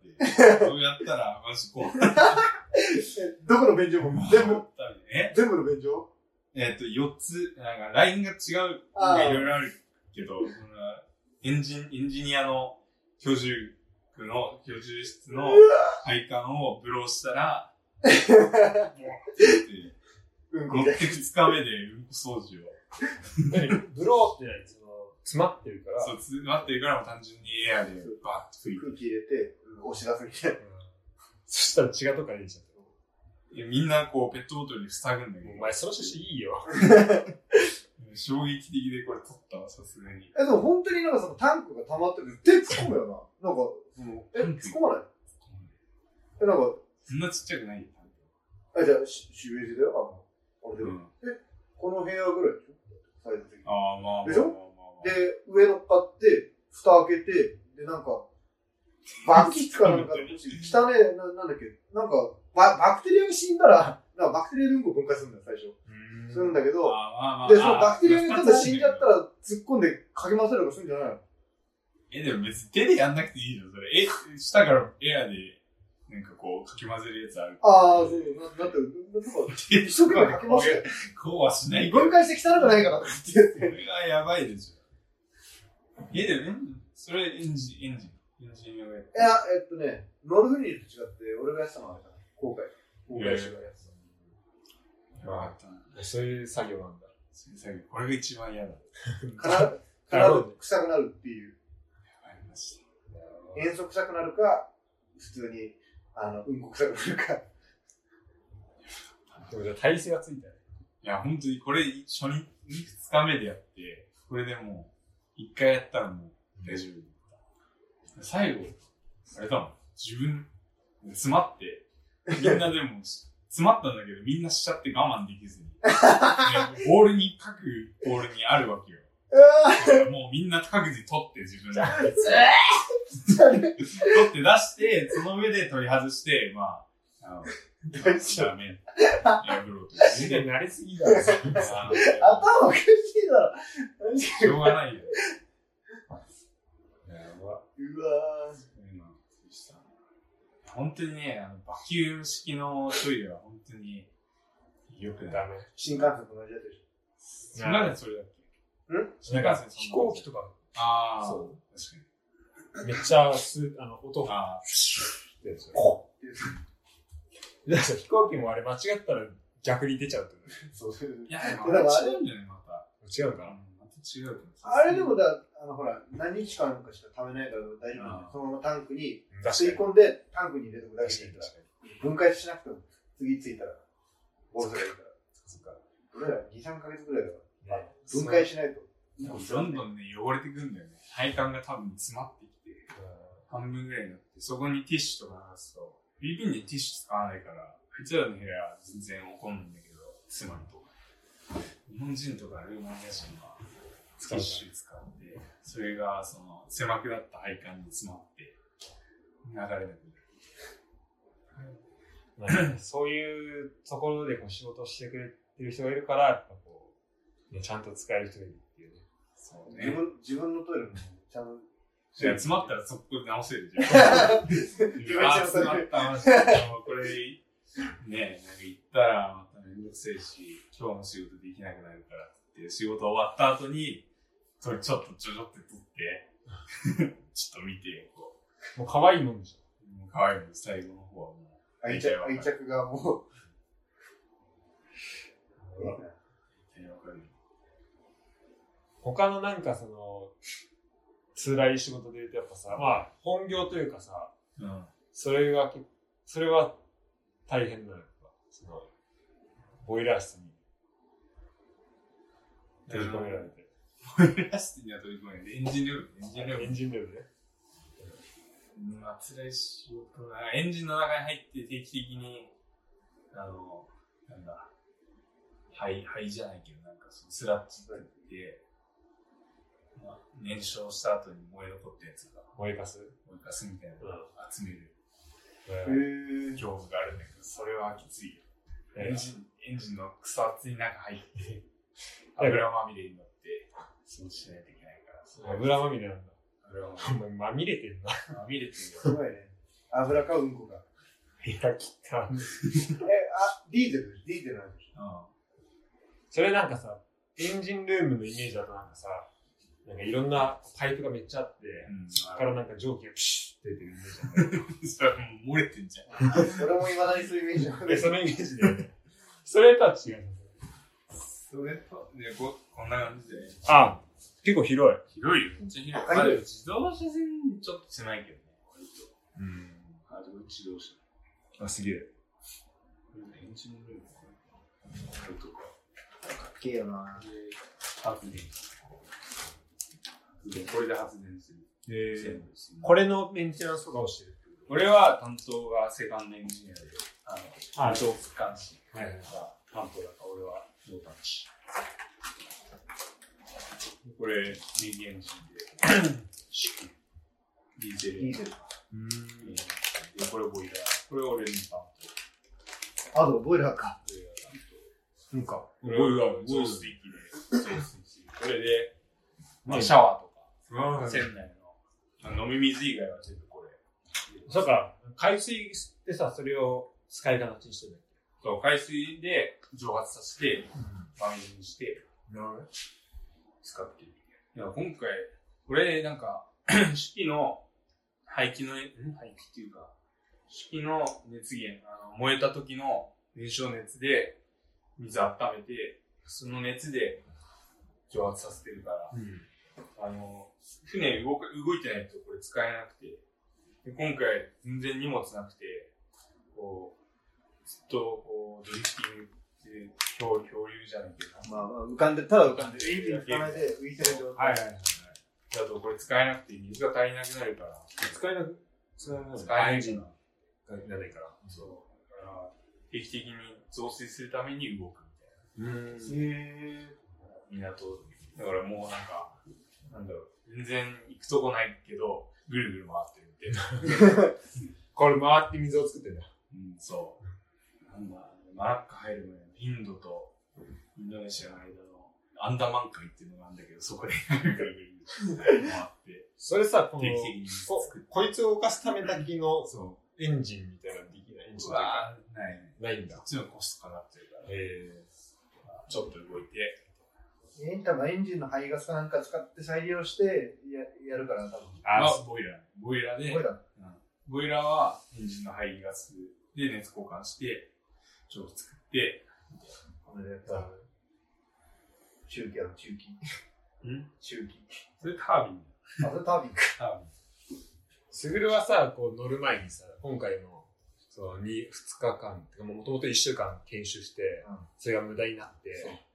そうやったら、マジこう。 どこの便所も全部え全部の便所えっと、よっつ、なんか、ラインが違うのがいろいろあるけど、そのエンジン、エンジニアの居住区の居住室の配管をブローしたら、 うんこ乗って二日目でうんこ掃除を。 何ブローって何その、詰まってるから。 そう、詰まってるからも単純にエアでバーッと吹いて。 空気入れて、押し出すみたいな。うん、 そしたら血がとか入れちゃった。 いや、みんなこう、ペットボトルで塞ぐんだけど。 お前、その写真いいよ。 衝撃的でこれ撮ったわ、さすがに。 え、でも本当になんかそのタンクが溜まってる手突っ込むよな。なんか、その、え、突っ込まないえ、なんか。 そんなちっちゃくないよ、タンク。え、じゃあ、し、しゅうえじだよ、あの、あれでも、うん。え、この部屋ぐらいでしょサイズ的に。 ああ、まあまあ。 でしょで、上乗っかって、蓋開けて、で、なんか、バキッかなんか、汚ねえ、な、なんだっけ、なんか、バ、バクテリアが死んだら、なんかバクテリアでうんこ分解するんだよ、最初。するんだけど、で、そのバクテリアがちょっと死んじゃったら、突っ込んでかき回せるとかするんじゃないのえ、でも別に手でやんなくていいじゃん、それ。え、下からエアで、なんかこう、かき混ぜるやつある。 ああ、そう、な、だって、なんか、一生懸命かき回して。 こうはしない。 分解して汚くないかなって言って。 それがやばいでしょ。え、でも、それエンジン、エンジン。エンジン用やつ。 いや、えっとね、ノルフリーと違って、俺がやってたのはあれだ。後悔。後悔してからやってた。 わかったな。そういう作業なんだ。 そういう作業。これが一番嫌だ。 体が臭くなるっていう。 やばいました。 塩素臭くなるか、普通に、あの、うんこ臭くなるか。 でもじゃあ体勢がついたね。 いや、本当にこれ初日、二日目でやって、これでもう、一回やったらもう大丈夫。うん、最後、あれだもん、自分、詰まって、みんなでも、詰まったんだけど、みんなしちゃって我慢できずに。ボールに、各ボールにあるわけよ。もうみんな各自取って自分で。取って出して、その上で取り外して、まあ、あの、ダメ。やぶろうと。 全然慣れすぎだろ。 頭おかしいだろ。 しょうがないよ。やば。 うわぁ。 本当にね、あの、バキューム式のトイレは本当によくない。 ダメ。 新幹線と同じやつでしょ。なんでそれだっけ？ ん新幹線、飛行機とか。 ああ。 そう。確かに。めっちゃ、す、あの、音が。ああ。ってやつ。こっってやつ。飛行機もあれ間違ったら逆に出ちゃうってね。 そう。 いや、でもあれ違うんじゃないまた。 違うかな？ また違う。 あれでもだ、あの、ほら、何日間かしか食べないから大丈夫なんで、そのままタンクに吸い込んで、タンクに入れておくだけでいいから、分解しなくても、次着いたら、ボルトがいいから。そっか。俺らに、さんかげつぐらいだから、分解しないと。 どんどんね、汚れてくんだよね。配管が多分詰まってきて、半分ぐらいになって、そこにティッシュとか流すと、フィリピンでティッシュ使わないから、あいつらの部屋は全然怒んないんだけど、妻と。日本人とかルーマニア人は、ティッシュ使って、それがその狭くなった配管に詰まって流れなくなる。そういうところでこう仕事をしてくれてる人がいるから、やっぱこう、ね、ちゃんと使える人がいるっていうね。 そうね。自分、自分のトイレもちゃんと。 いや、詰まったらそこで直せるじゃん。自分あ、詰まったマジで。これ、ね、なんか行ったらまためんどくせえし、今日の仕事できなくなるからって、仕事終わった後に、それちょっとちょちょって取って、ちょっと見て、こう。もう可愛いもんでしょ。 もう可愛いもん、最後の方はもう。 愛着、愛着がもう。 他のなんかその、辛い仕事で言うとやっぱさ、まあ、本業というかさ、 うん、 それが、それは大変なのよ。その、ボイラー室に閉じ込められて。 ボイラー室には閉じ込められて、エンジンルーム、エンジンルーム。 エンジンルームね。 まあ、辛い仕事な。エンジンの中に入って定期的に、あの、なんだ、灰、灰じゃないけど、なんかそのスラッチって、まあ、燃焼した後に燃え残ったやつが、 燃えかす燃えかすみたいなのを集める、 うん、 業務があるんだけど、それはきついよ。エンジン、エンジンのクソ熱い中入って、油まみれになって、そうしないといけないから。 油まみれなんだ。 油まみれ。まみれてんな。 まみれてるよ。 すごいね。油かうんこか。 いや、きった。 え、あ、ディーゼルディーゼルなんでしょ。 うん。それなんかさ、エンジンルームのイメージだとなんかさ、なんかいろんなパイプがめっちゃあって、うん、そこからなんか蒸気がプシュッって出てるイメージなんだよ。 それもう漏れてんじゃん。 俺も未だにそういうイメージなんで、そのイメージで、ね、それとは違う。 それと、ね、こ、こんな感じで。 あ、結構広い。 広いよ。めっちゃ広い。まあでも自動車線ちょっと狭いけどね、割と。うん。あ、でも自動車。 あ、すげえ。 エンジンルームこれとか。 かっけえよな。 発電。これで発電する。 えー、これのメンテナンスとかをしてる。 これは担当がセカンドエンジニアで、あの、蒸気監視が担当だから、俺はノータッチ。これ、ネギエンジンで、ディーゼル。 ディーゼル。 うん。で、これボイラー。これ俺の担当。あ、でもボイラーか。 ボイラー担当。なんか、 ボイラー、浄水器で、浄水器。これで、まあ、シャワーとか、船内の飲み水以外は全部これ。 そうか、海水ってさ、それを使い形にしてるんだっけ？ そう、海水で蒸発させて、真水にして、使っている。いや、今回、これなんか、式の排気の、排気っていうか、式の熱源、あの燃えた時の燃焼熱で水温めて、その熱で蒸発させてるから、うん、あの、船動か動いてないとこれ使えなくて、で今回全然荷物なくて、こう、ずっとこう、ドリフティングで漂流じゃないけど。 まあ、浮かんで、ただ浮かんで、エンジン吹かないで浮いてる状態。 はいはいはい。だとこれ使えなくて水が足りなくなるから。 使えなく、使えなく使えないから。 ならないから。 そう。だから、定期的に増水するために動くみたいな。 うん。へぇ港。だからもうなんか、なんだろう、全然行くとこないけど、ぐるぐる回ってるみたいな。 これ回って水を作ってんだ。 うん、そう。なんだ、マラッカ入る前にインドとインドネシアの間のアンダマン海っていうのがあるんだけど、そこでぐるぐる回って。 それさ、この定期的に水こ、 作って。 こいつを動かすためだけの、 そエンジンみたいなのできない。エンジンとかないね。 ないんだ。 こっちのコストかかってるから。 えちょっと動いて。 えー、多分エンジンの排ガスかなんか使って再利用してややるから多分。 あ、あボイラー。ボイラーで、 ボイラー、 うん、ボイラーはエンジンの排ガスで熱交換して、蒸気作って、 これでやったら、中気ある、中気。 ん中気。 それタービン。 あ、それタービンか。 タービン。 すぐるはさ、こう乗る前にさ、今回の、そう、に、二日間、てかもともと一週間研修して、うん、それが無駄になって、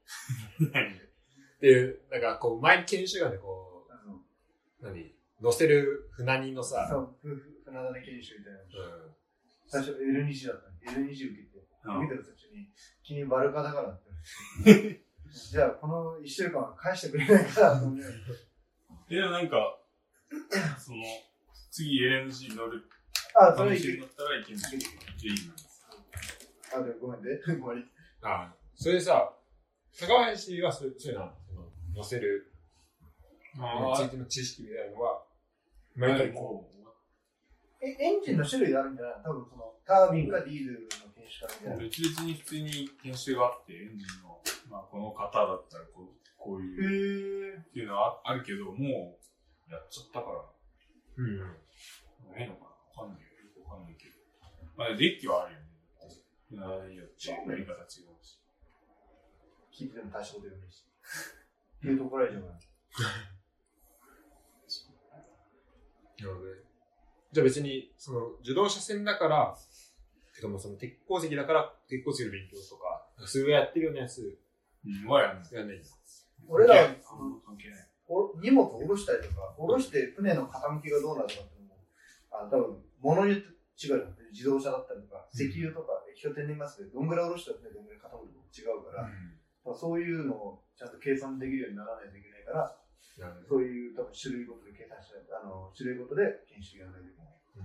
で、なんかこう、前に研修がね、こう、何乗せる船荷のさ、 そう、船種研修みたいな。うん、最初 エルにじゅう だったの。エルにじゅう 受けて、うん、受けたら最初に、君バルカだからって。じゃあ、この一週間は返してくれないからと思う。 え、でもなんか、その、次 エルエヌジー 乗る。 あ、それいける。乗ったらいける。いいなんです。 あ、でもごめんね。終わり。 あ、それでさ、高林はそういうの、乗せる、についての知識みたいなのは、毎回こう。 え、エンジンの種類があるんじゃない？多分その、タービンかディーゼルの研修かみたいな。 別々に普通に研修があって、エンジンの、まあこの型だったらこう、こういう、っていうのはあるけど、もう、やっちゃったから。 うん。 ないのかなわかんないよ。よくわかんないけど。まあ、デッキはあるよね。船によってやり方違うし。 聞いても多少でもいいし。言うとこられちゃうから。 なるほどね。じゃあ別に、その、自動車線だから、てかもうその鉄鉱石だから、鉄鉱石の勉強とか、それをやってるようなやつ、 うん、はやんない。 やんないんだ。 俺らは、 関係ない。 荷物を下ろしたりとか、下ろして船の傾きがどうなるとかっていうのも、あ多分、物によって違うよ。自動車だったりとか、石油とか液晶天然ガスでどんぐらい下ろしたら船どんぐらい傾くと違うから、うん、そういうのをちゃんと計算できるようにならないといけないから、そういう多分種類ごとで計算しない、あの、種類ごとで研修やらないといけない。うん、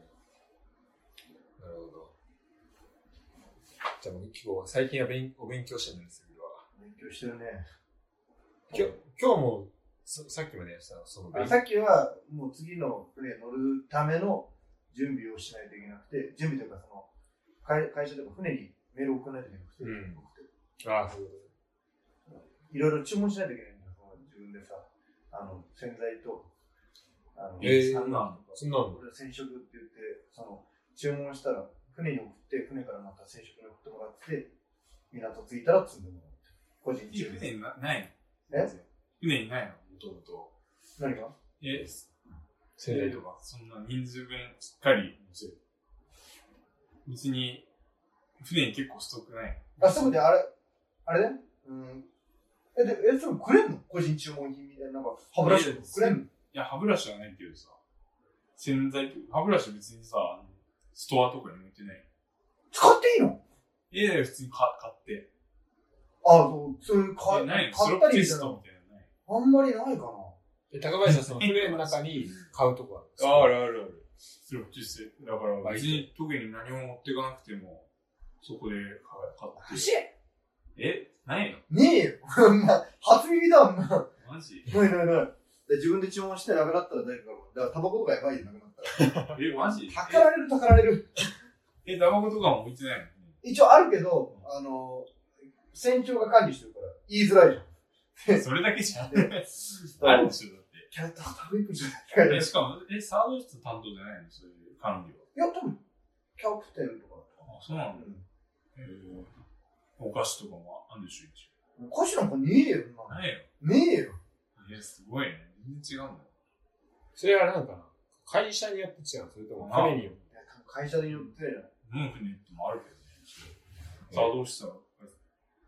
なるほど。じゃあもう結構最近は勉お勉強してるんですよ。 勉強してるね。 今日、今日もさっきまでやったその勉強。さっきはもう次の船に乗るための準備をしないといけなくて、準備というかその会会社とか船にメールを送らないといけなくて、うん、 ああ、そういうこといろいろ注文しないといけないんだよ。自分でさ、あの洗剤とあの、 えー、 そんなのとか、 そんなの俺は染色って言ってその注文したら船に送って船からまた染色に送ってもらって港着いたら積んでもらう。個人中で。 船にないの？え？ 船にないの？もともと。 何が？ え、洗剤とか、そんな人数分しっかり乗せる。別に、船に結構ストックない。 あ、ストックであれ、あれね。うん。え、で、え、それくれんの？個人注文品みたいな、なんか、歯ブラシとかくれんの？いや、歯ブラシはないけどさ、洗剤とか、歯ブラシは別にさ、ストアとかに置いてない。 使っていいの？ いやいや、普通に買って。 あ、そう、そういう買ったりみたいな。あんまりないかな。 え、高林さん、その船の中に買うとこあるあるあるある。スロップスだから別に特に何も持っていかなくても、そこで買って。 欲しい。 えないの？ ねえよ。初耳だ、んな。 マジ？ ないないない。自分で注文してなくなったら誰かが、だからタバコとかやばいよ、なくなったら。 え、マジ？ たかられる、たかられる。 え、タバコとかも置いてないの？ 一応あるけど、あの、船長が管理してるから、言いづらいじゃん。 それだけじゃん。あるでしょ、だって。 キャラター食べくじゃない。 え、しかも、え、サード室担当じゃないの？そういう管理は。 いや、多分、キャプテンとか。 あ、そうなんだ。うん、へぇ。お菓子とかもあるんでしょ、一応。お菓子なんかねえよ、 ないよ。 ねえよ。 え、すごいね。全然違うんだよ。 それはなんかな、会社によって違うの？それとも船によって？ 会社によって。 うん、船ってもあるけどね。サード室は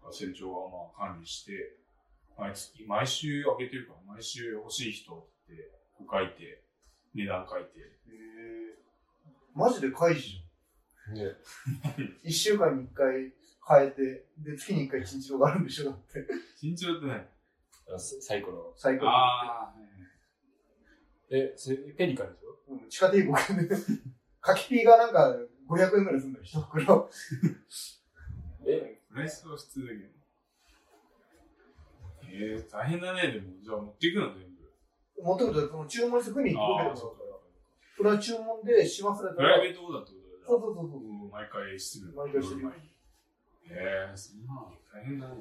船長がまあ管理して、毎月、毎週開けてるから、毎週欲しい人って書いて、値段書いて。へー。マジで開示じゃん。ね。一週間に一回変えて、で、月に一回チンチロがあるんでしょだって。 チンチロって何？ サイコロ。 サイコロ。 ああ。 え、それペリカでしょ？ うん、地下帝国で。カキピーがなんかごひゃくえんぐらいするんだよ、一袋。 え、プライスは普通だけど。えー、大変だね、でも。じゃあ持っていくの全部。 持ってくると、その注文してくに届けてもらうから。それは注文でし忘れたら。 プライベートオーダーってことだよ。 そうそうそうそう。 毎回する。 毎回する。 えー、そんな大変だね。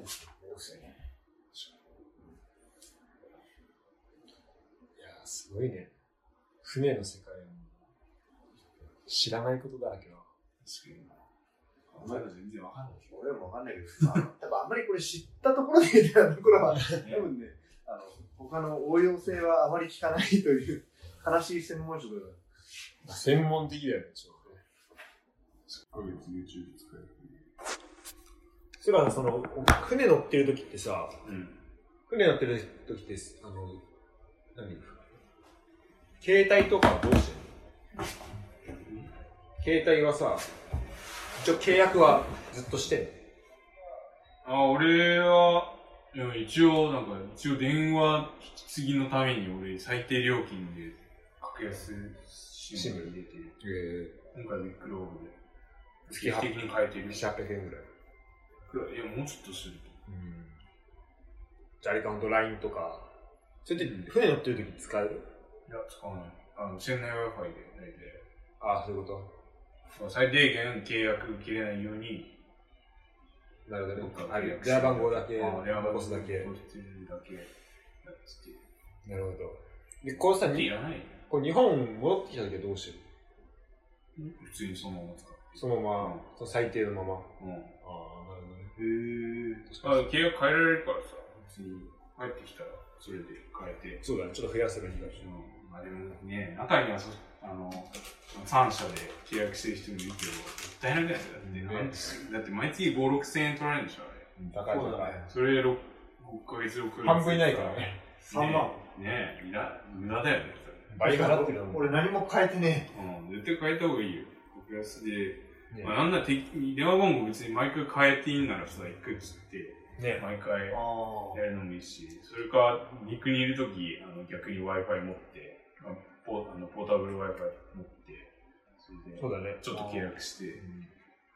いやー、すごいね。船の世界は知らないことだらけだ。 確かに。お前ら全然わかんない。 俺もわかんないけど、多分あんまりこれ知ったところで言ったところは、多分ね、あの、他の応用性はあまり聞かないという悲しい専門職だから。 専門的だよね、ちょっとね。 すごい YouTube 使える。 そういえば、その、船乗ってる時ってさ、 うん、 船乗ってる時って、あの、何携帯とかはどうしてるの？携帯はさ、一応契約はずっとしてんの？ あ、俺は、いや一応、なんか、一応電話引き継ぎのために俺最低料金で格安シム入れてる。えー、今回ビッグローブで。月的に変えてる。 ななひゃくえんぐらい。 いや、もうちょっとすると。 うん。じゃあ、アリカウント ライン とか。それで、船乗ってる時使える？ いや、使わない。あの、船内 Wi-Fi で大体。 ああ、そういうこと。 最低限契約切れないように。 なるほどね。あるよ。電話番号だけ、残すだけ。 残してるだけやってて。 なるほど。で、こうさ、 いらない。 こう日本戻ってきた時はどうしてる？ 普通にそのまま使う。 そのまま、うん、その最低のまま。うん。ああ、なるほどね。 へえ。あ、契約変えられるからさ、普通に帰ってきたら、それで変えて。 そうだね、ちょっと増やせばいいかもしれない。 まあでもね、中にはそ、あの、さん社で契約してる人もいるけど、もったいなくないですか？だって、ね、だって毎月ご、ろくせんえん取られるんでしょ、あれ。 高い高い。 それろっかげつ、ろっかげつ。 半分いないからね。 さんまん。 ねえ、いら、無駄だよね。 倍払ってるの。俺何も変えてねえ。うん、絶対変えた方がいいよ。格安で。ね、まあ、なんなら電話番号別に毎回変えていいんならさ、一回切って、ね、毎回やるのもいいし、それか、陸にいるとき、あの、逆に Wi-Fi 持って、ポー、あのポータブル Wi-Fi 持って、それで、 そうだね。 ちょっと契約して、うん、ね。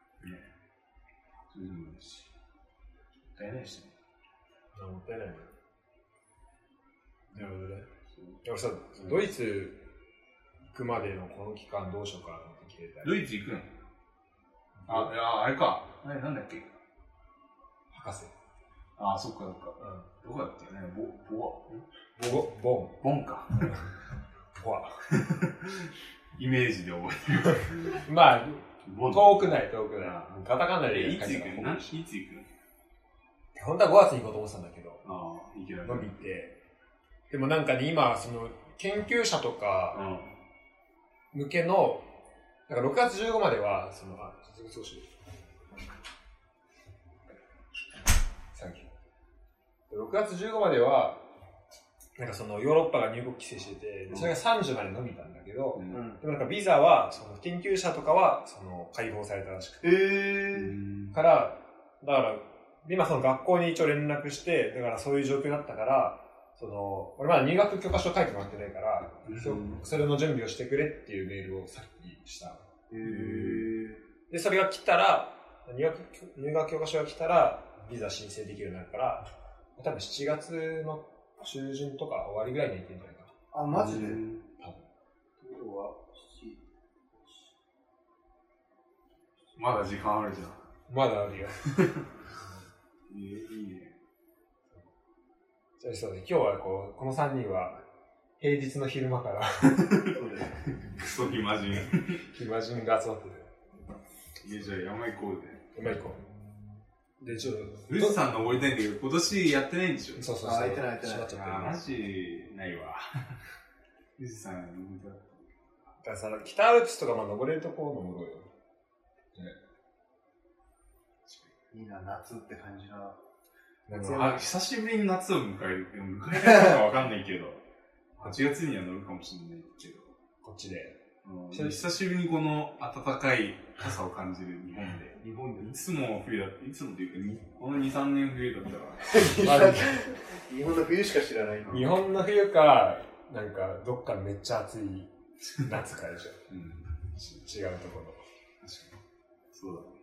そういうのもいいし。もったいないしね。 あ、もったいないね。なるほどね。でもさ、ドイツ行くまでのこの期間どうしようかなって聞いてた。 ドイツ行くの？あ、いや、あれか。あれなんだっけ？ 博士。 ああ、そっかそっか。うん。どこだっけね、ボ、ボア。ボ、ボン。 ボンか。 ボア。 イメージで覚えてる。 まあ、遠くない、遠くない。カタカナでいつ行くの？いつ行くの？ 本当はごがつに行こうと思ってたんだけど。 ああ、いいけどね。 伸びて。でもなんかね、今、その、研究者とか、向けの、なんかろくがつじゅうごまでは、その、あ、そうしよう。サンキュー。ろくがつじゅうごまでは、なんかその、ヨーロッパが入国規制してて、それがさんじゅうまで伸びたんだけど、うん、でもなんかビザは、その、研究者とかは、その、解放されたらしくて。 へー。 から、だから、今その学校に一応連絡して、だからそういう状況になったから、その、俺まだ入学許可書書いてもらってないから、うん、そ, それの準備をしてくれっていうメールをさっきした。 へー。 で、それが来たら、入学、入学許可書が来たら、ビザ申請できるようになるから、多分しちがつの中旬とか終わりぐらいに行けるんじゃないかな。 あ、マジで？多分。 ということは、まだ時間あるじゃん。 まだあるよ。 いいね、いいね。 じゃあそうね、今日はこう、このさんにんは、平日の昼間から、 クソ暇人。 暇人が集まってる。 いや、じゃあ山行こうぜ。 山行こう。で、ちょっと、 富士山登りたいんだけど、今年やってないんでしょ？ そうそうそう。 あ、やってないやってない。 あ、マジないわ。富士山登りたい。 だからさ、北アルプスとかも登れるところ登ろうよ。ね。 いいな、夏って感じな。 夏あ久しぶりに夏を迎える。迎えるかわかんないけど、はちがつには乗るかもしれないけど、 こっちで。 うん、久しぶりにこの暖かい傘を感じる日本で。 日本でいつも冬だって、いつもというか、このに、さんねん冬だったら。 日本の冬しか知らない。 日本の冬か、なんか、どっかめっちゃ暑い夏かでしょ。うん、違うところ。 確かに。そうだね。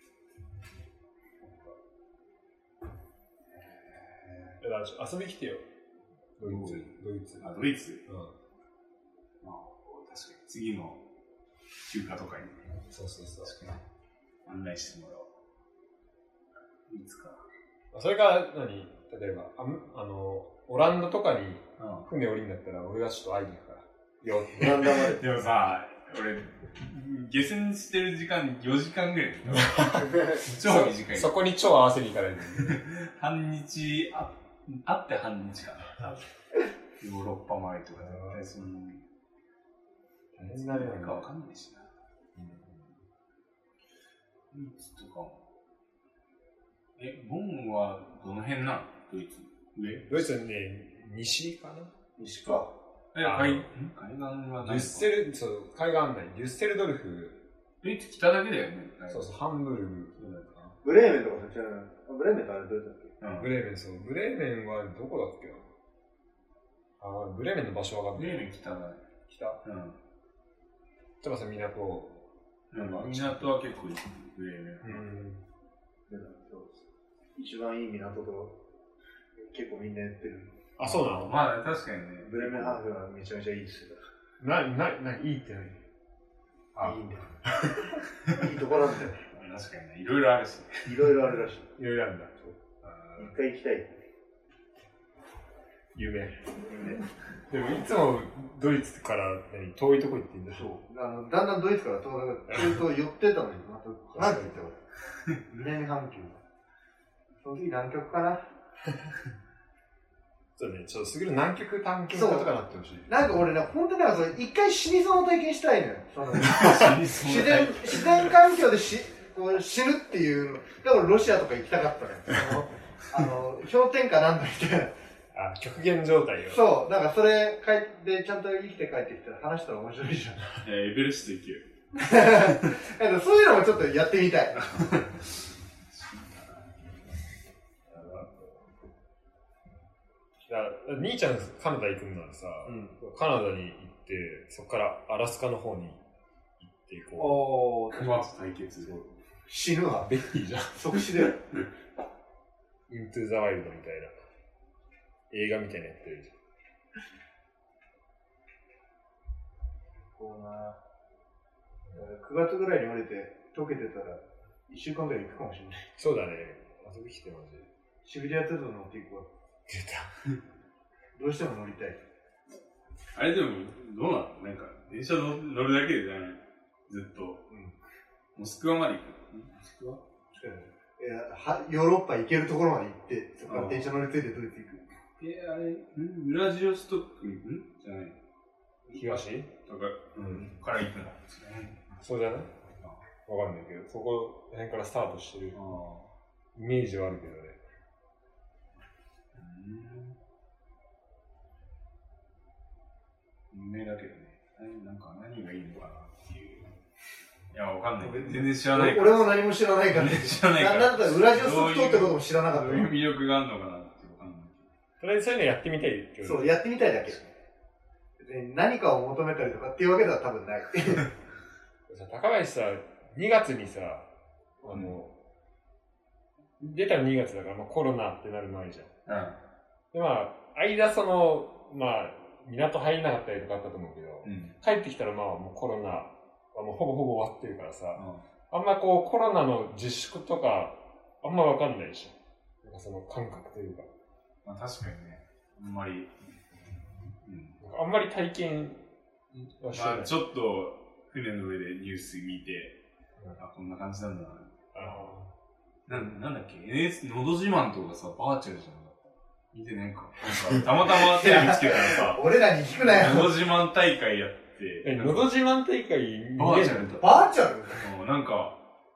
だから遊び来てよ。ドイツ。ドイツ。 あ、ドイツ。 うん。 まあ、確かに。次の休暇とかに。 そうそうそう。 確かに。案内してもらおう。ドイツか。 それが何、例えば、あ, あの、オランダとかに船降りんだったら、俺がちょっと会いに行くから。よ、オランダまで。 でもさ、俺、下船してる時間よじかんぐらいだよ。超短い。 そこに超合わせに行かないと。 半日、あ、あって半日かな。ヨーロッパ前とか絶対そんなに。大変なれないかわかんないしな。ドイツとかも。え、ボンはどの辺なのドイツ上ドイツね、西かな西か。 え、海、海岸はないデュッセル、そう、海岸ない。デュッセルドルフ。 ドイツ北だけだよね。 そうそう、ハンブルグ。 ブレーメンとかそっちなの。ブレーメンってあれどうだっけ、 うん、ブレーメン、そう。ブレーメンはどこだっけなあ、ブレーメンの場所わかんない。 ブレーメン北だね。 北うん。例えばさ、港。 なんか、港は結構いい。ブレーメン。うん。 一番いい港と、結構みんなやってる。 あ、そうなのまあ、確かにね。 ブレーメンハーフはめちゃめちゃいいですよ。 な、な、な、いいって何あ、いいんだよ。いいとこなんだよ。 確かにね。いろいろあるし。 いろいろあるらしい。 いろいろあるんだ。 一回行きたい。 有名。でもいつもドイツから何遠いとこ行ってんだ。 そう。あの、だんだんドイツから遠くと寄ってたのに、また離れていったわ。南半球。その次南極かな。 そうね、ちょっとすぐる南極探検家とかなってほしい。 なんか俺ね、本当になんかそれ、一回死にそうの体験したいのよ。その自然、自然環境でしこう死ぬっていう。でもロシアとか行きたかったのよ。あの、氷点下なんだみたいな。 あ、極限状態よ。 そう、なんかそれ帰って、ちゃんと生きて帰ってきたら話したら面白いじゃん。 えー、エベレスト行ける。 そういうのもちょっとやってみたい。 兄ちゃんカナダ行くんならさ、うん、カナダに行って、そこからアラスカの方に行ってこう。おー、熊と対決。 死ぬわ。 ベッキーじゃん。 即死だよ。 イントゥザワイルドみたいな。映画みたいなやってるじゃん。 こうなくがつぐらいに降りて、溶けてたら、いっしゅうかんぐらい行くかもしれない。 そうだね。遊び来てマジで。 渋谷鉄道乗っていくわ。 出た。 どうしても乗りたい。 あれでも、どうなのなんか、電車乗るだけでじゃないずっと。うん。モスクワまで行くのモスクワいやは、ヨーロッパ行けるところまで行って、そこから電車乗り継いでドイツ行く。 えー、あれ、んウラジオストックんじゃない東とか、うん。から行くのそうじゃないわかんないけど、そこら辺からスタートしてるイメージはあるけどね。 有名だけどね。なんか何がいいのかなっていう。いや、わかんない。全然知らないから。 俺も何も知らないから。 知らないから。 なんだったらウラジオストックってことも知らなかった。 どういう魅力があるのかなってわかんない。 とりあえずそういうのやってみたいけど。 そう、やってみたいだけ。何かを求めたりとかっていうわけでは多分ない。 高林さ、にがつにさ、あの、うん、出たらにがつだから、まあ、コロナってなる前じゃん。うん。で、まあ、間その、まあ、港入んなかったりとかあったと思うけど、うん、帰ってきたらまあもうコロナはもうほぼほぼ終わってるからさ、うん、あんまこうコロナの自粛とかあんまわかんないでしょ。なんかその感覚というか。 まあ確かにね、あんまり、 うん、なんかあんまり体験はしてない。 まあちょっと船の上でニュース見て、うん、あ、こんな感じなんだな。あな, なんだっけ エヌエス のど自慢とかさ、バーチャルじゃん。見てないか。なんか、たまたまテレビつけたらさ、 俺らに聞くなよ。 のど自慢大会やって。 え、のど自慢大会バーチャルだ。 バーチャルうん、なんか、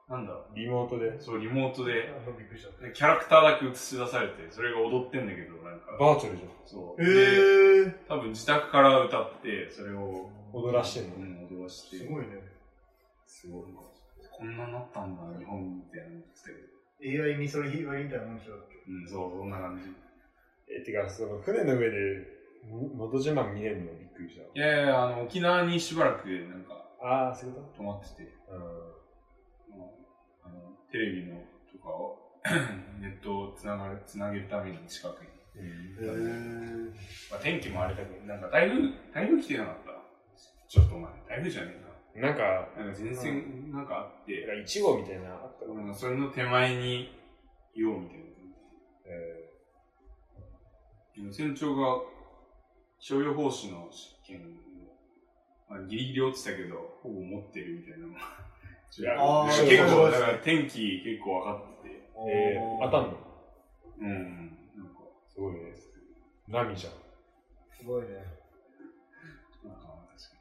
なんだろう。 リモートで。 そう、リモートで、 びっくりした。 キャラクターだけ映し出されて、それが踊ってんだけど、なんか。 バーチャルじゃん。 そう。 へー。 多分自宅から歌って、それを踊らしてんの。 うん、踊らして。 すごいね。 すごい。こんなになったんだ、日本みたいなのってたけど。 エーアイ にそれ言われみたいなもんでしょ。 うん、そう、そんな感じ。 え、てか、その、船の上で、のど自慢見れるのびっくりした。 いやいや、あの、沖縄にしばらく、なんか、 ああ、そういうこ泊まってて、 とうん。 あの、テレビのとかを、ネットをつながる、つなげるために近くに。 へー。 まあ、天気もあれだけど、なんか台風、台風来てなかったちょっと前。台風じゃねえなんか、 か。なんか前線なんかあって、 いち号みたいなのあったの、 なんかそれの手前にいようみたいな。 え船長が気象予報士の試験を、まあ、ギリギリ落ちたけど、ほぼ持ってるみたいなのが。 いやあー結構、だから天気結構分かってて。 ー、えー、当たんのうん。なんか、 すごいね。波じゃん。 すごいね。 なんか確か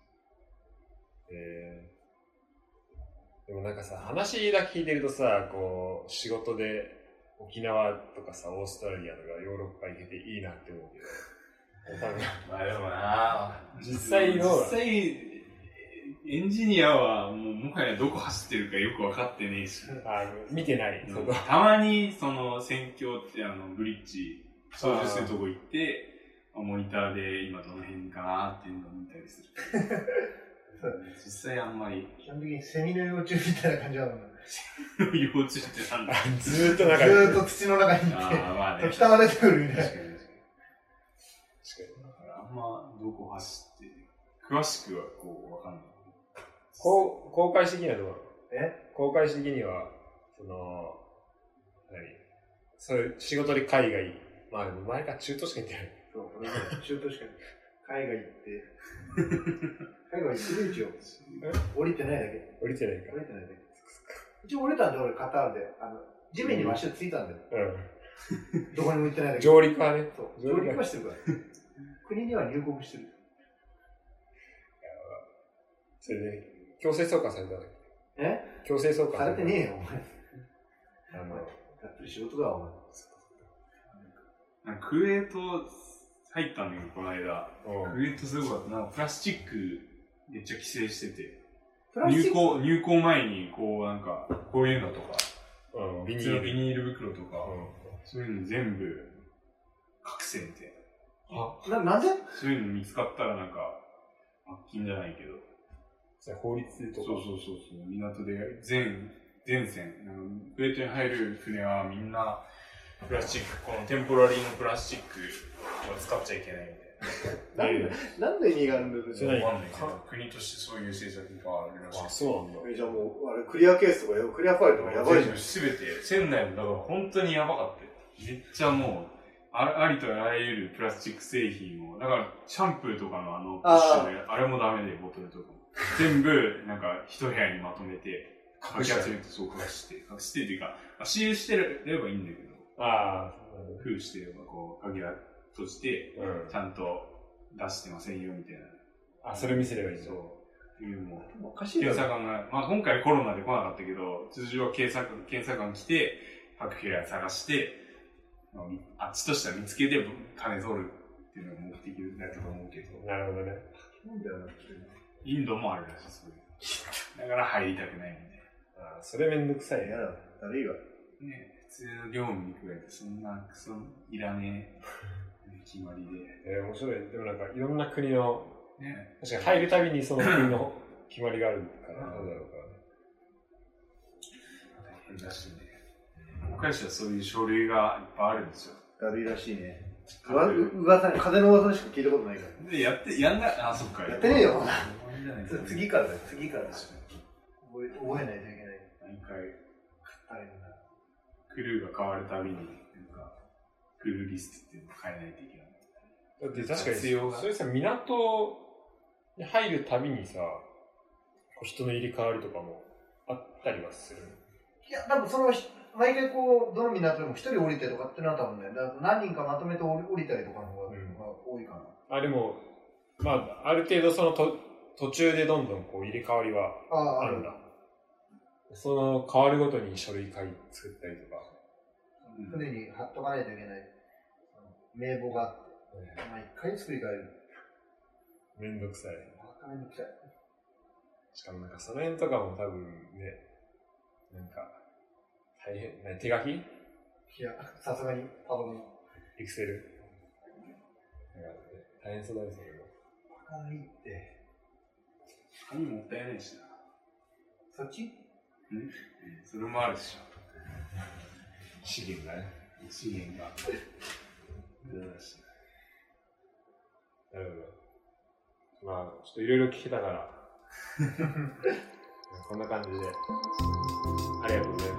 えー、でもなんかさ、話だけ聞いてるとさ、こう、仕事で沖縄とかさ、オーストラリアとかヨーロッパ行けていいなって思うけど、多分まあでもな実際どう実際、エンジニアはもうもはやどこ走ってるかよく分かってねえし。 あ見てない。 うん、たまにその戦況ってあのブリッジ操縦するとこ行ってモニターで今どの辺かなっていうのを見たりする。実際あんまり基本的にセミの幼虫みたいな感じだもんね。 幼虫ってなんだ。 ずーっとなんかずーっと土の中にいて、 あまあね、 時たま出てくるみたいな。 確かに確かに。確かに。だからあんまどこ走って詳しくはこうわかんない。 こう公開的にはどうなの？ え公開的には、その、何そういう仕事で海外、まあでも前から中途しか行ってない。 そう、これね、中途しか海外行って、海外行ってる一応。降りてないだけ。 降りてないか。 降りてないだけ。一応降りたんで俺カタールで、あの、地面に足をついたんだよ。 うん。 どこにも行ってないだけ。 上陸はね。 そう、上陸はしてるから。国には入国してる。 それで、強制送還されたんだっけ？ え強制送還されてねえよ、お前。 あの、 やってる仕事だ、お前。 なんかクウェート入ったんだけど、この間。 うん、 クウェートすごかった。なんかプラスチックめっちゃ規制してて。 プラスチック入港、入港前にこうなんか、こういうのとか、 うん、ビニ普通のール。 ビニール袋とか、 うん、 そういうの全部隠せみたいはな、なぜな。そういうの見つかったらなんか、罰金じゃないけど。 それ法律とか。 そうそうそうそう。港で全、全船、クウェートに入る船はみんな、プラスチック、このテンポラリーのプラスチックを使っちゃいけないみたいな。 なんで、なんで意味があるんだよ、 それわかんないけど、国としてそういう政策があるらしい。 あ、そうなんだ。 え、じゃあもう、あれ、クリアケースとか、クリアファイルとかやばいじゃん。 すべて、船内もだから本当にやばかったよ。めっちゃもう、あ, ありとあらゆるプラスチック製品を、だからシャンプーとかのあの、プッシュで、あれもダメで、ボトルとかも。全部、なんか、一部屋にまとめて、かき集めて、そう、隠して、隠してっていうか、私有してればいいんだけど、 ああ、 封してれば、こう、鍵が閉じて、 うん。 ちゃんと出してませんよ、みたいな。 あ、それ見せればいいんだ。 そう。いうもう、 おかしいよ検査官が、まあ今回コロナで来なかったけど、通常は検査官、検査官来て、各部屋探して、あっちとしては見つけて金取るっていうのが目的だと思うけど。 なるほどね。 なんだよな、 インドもあるらしい、そういう。だから入りたくないみたいああ、それめんどくさいね。 嫌だ、だるいわ。 な。ね普通の業務に加えて、そんなクソいらねえ決まりで。 えー、面白い。でもなんか、いろんな国の、 ね確かに入るたびにその国の決まりがあるから、そうだろうからね。 大変だしね。他にはそういう書類がいっぱいあるんですよ。 だるいらしいね。うわ、う、噂、風の噂しか聞いたことないから。 で、やって、やんな、あ、そっか。 やってねえよ、 次次からだよ、次からだよ。覚え、覚えないといけない。 毎回、 あれだな。 クルーが変わるたびに、なんか、クルーリストっていうのを変えないといけない。 だって確かに、 必要がそういうさ、港に入るたびにさ、こう人の入れ替わりとかもあったりはする。 いや、多分その、毎回こう、どの港でも一人降りてとかってのは多分ね、だから何人かまとめて降りたりとかの方が多いかな。 あ、でも、まあ、ある程度そのと途中でどんどんこう入れ替わりはああ、 あるんだ。 その変わるごとに書類書い作ったりとか。 船に貼っとかないといけない名簿があって、まあ一回作り変える。 めんどくさい。 めんどくさい。 しかもなんかその辺とかも多分ね、なんか大変、ね、手書き？ いや、さすがにパソコン。 エクセル。なんか、ね、大変そうだよ、それも。 バカいいって。 紙もったいないしな。 そっち？ うん、それもあるでしょ。 資源がね。 資源が。無駄だし。 なるほど。まあ、ちょっといろいろ聞けたから。こんな感じで。ありがとうございます。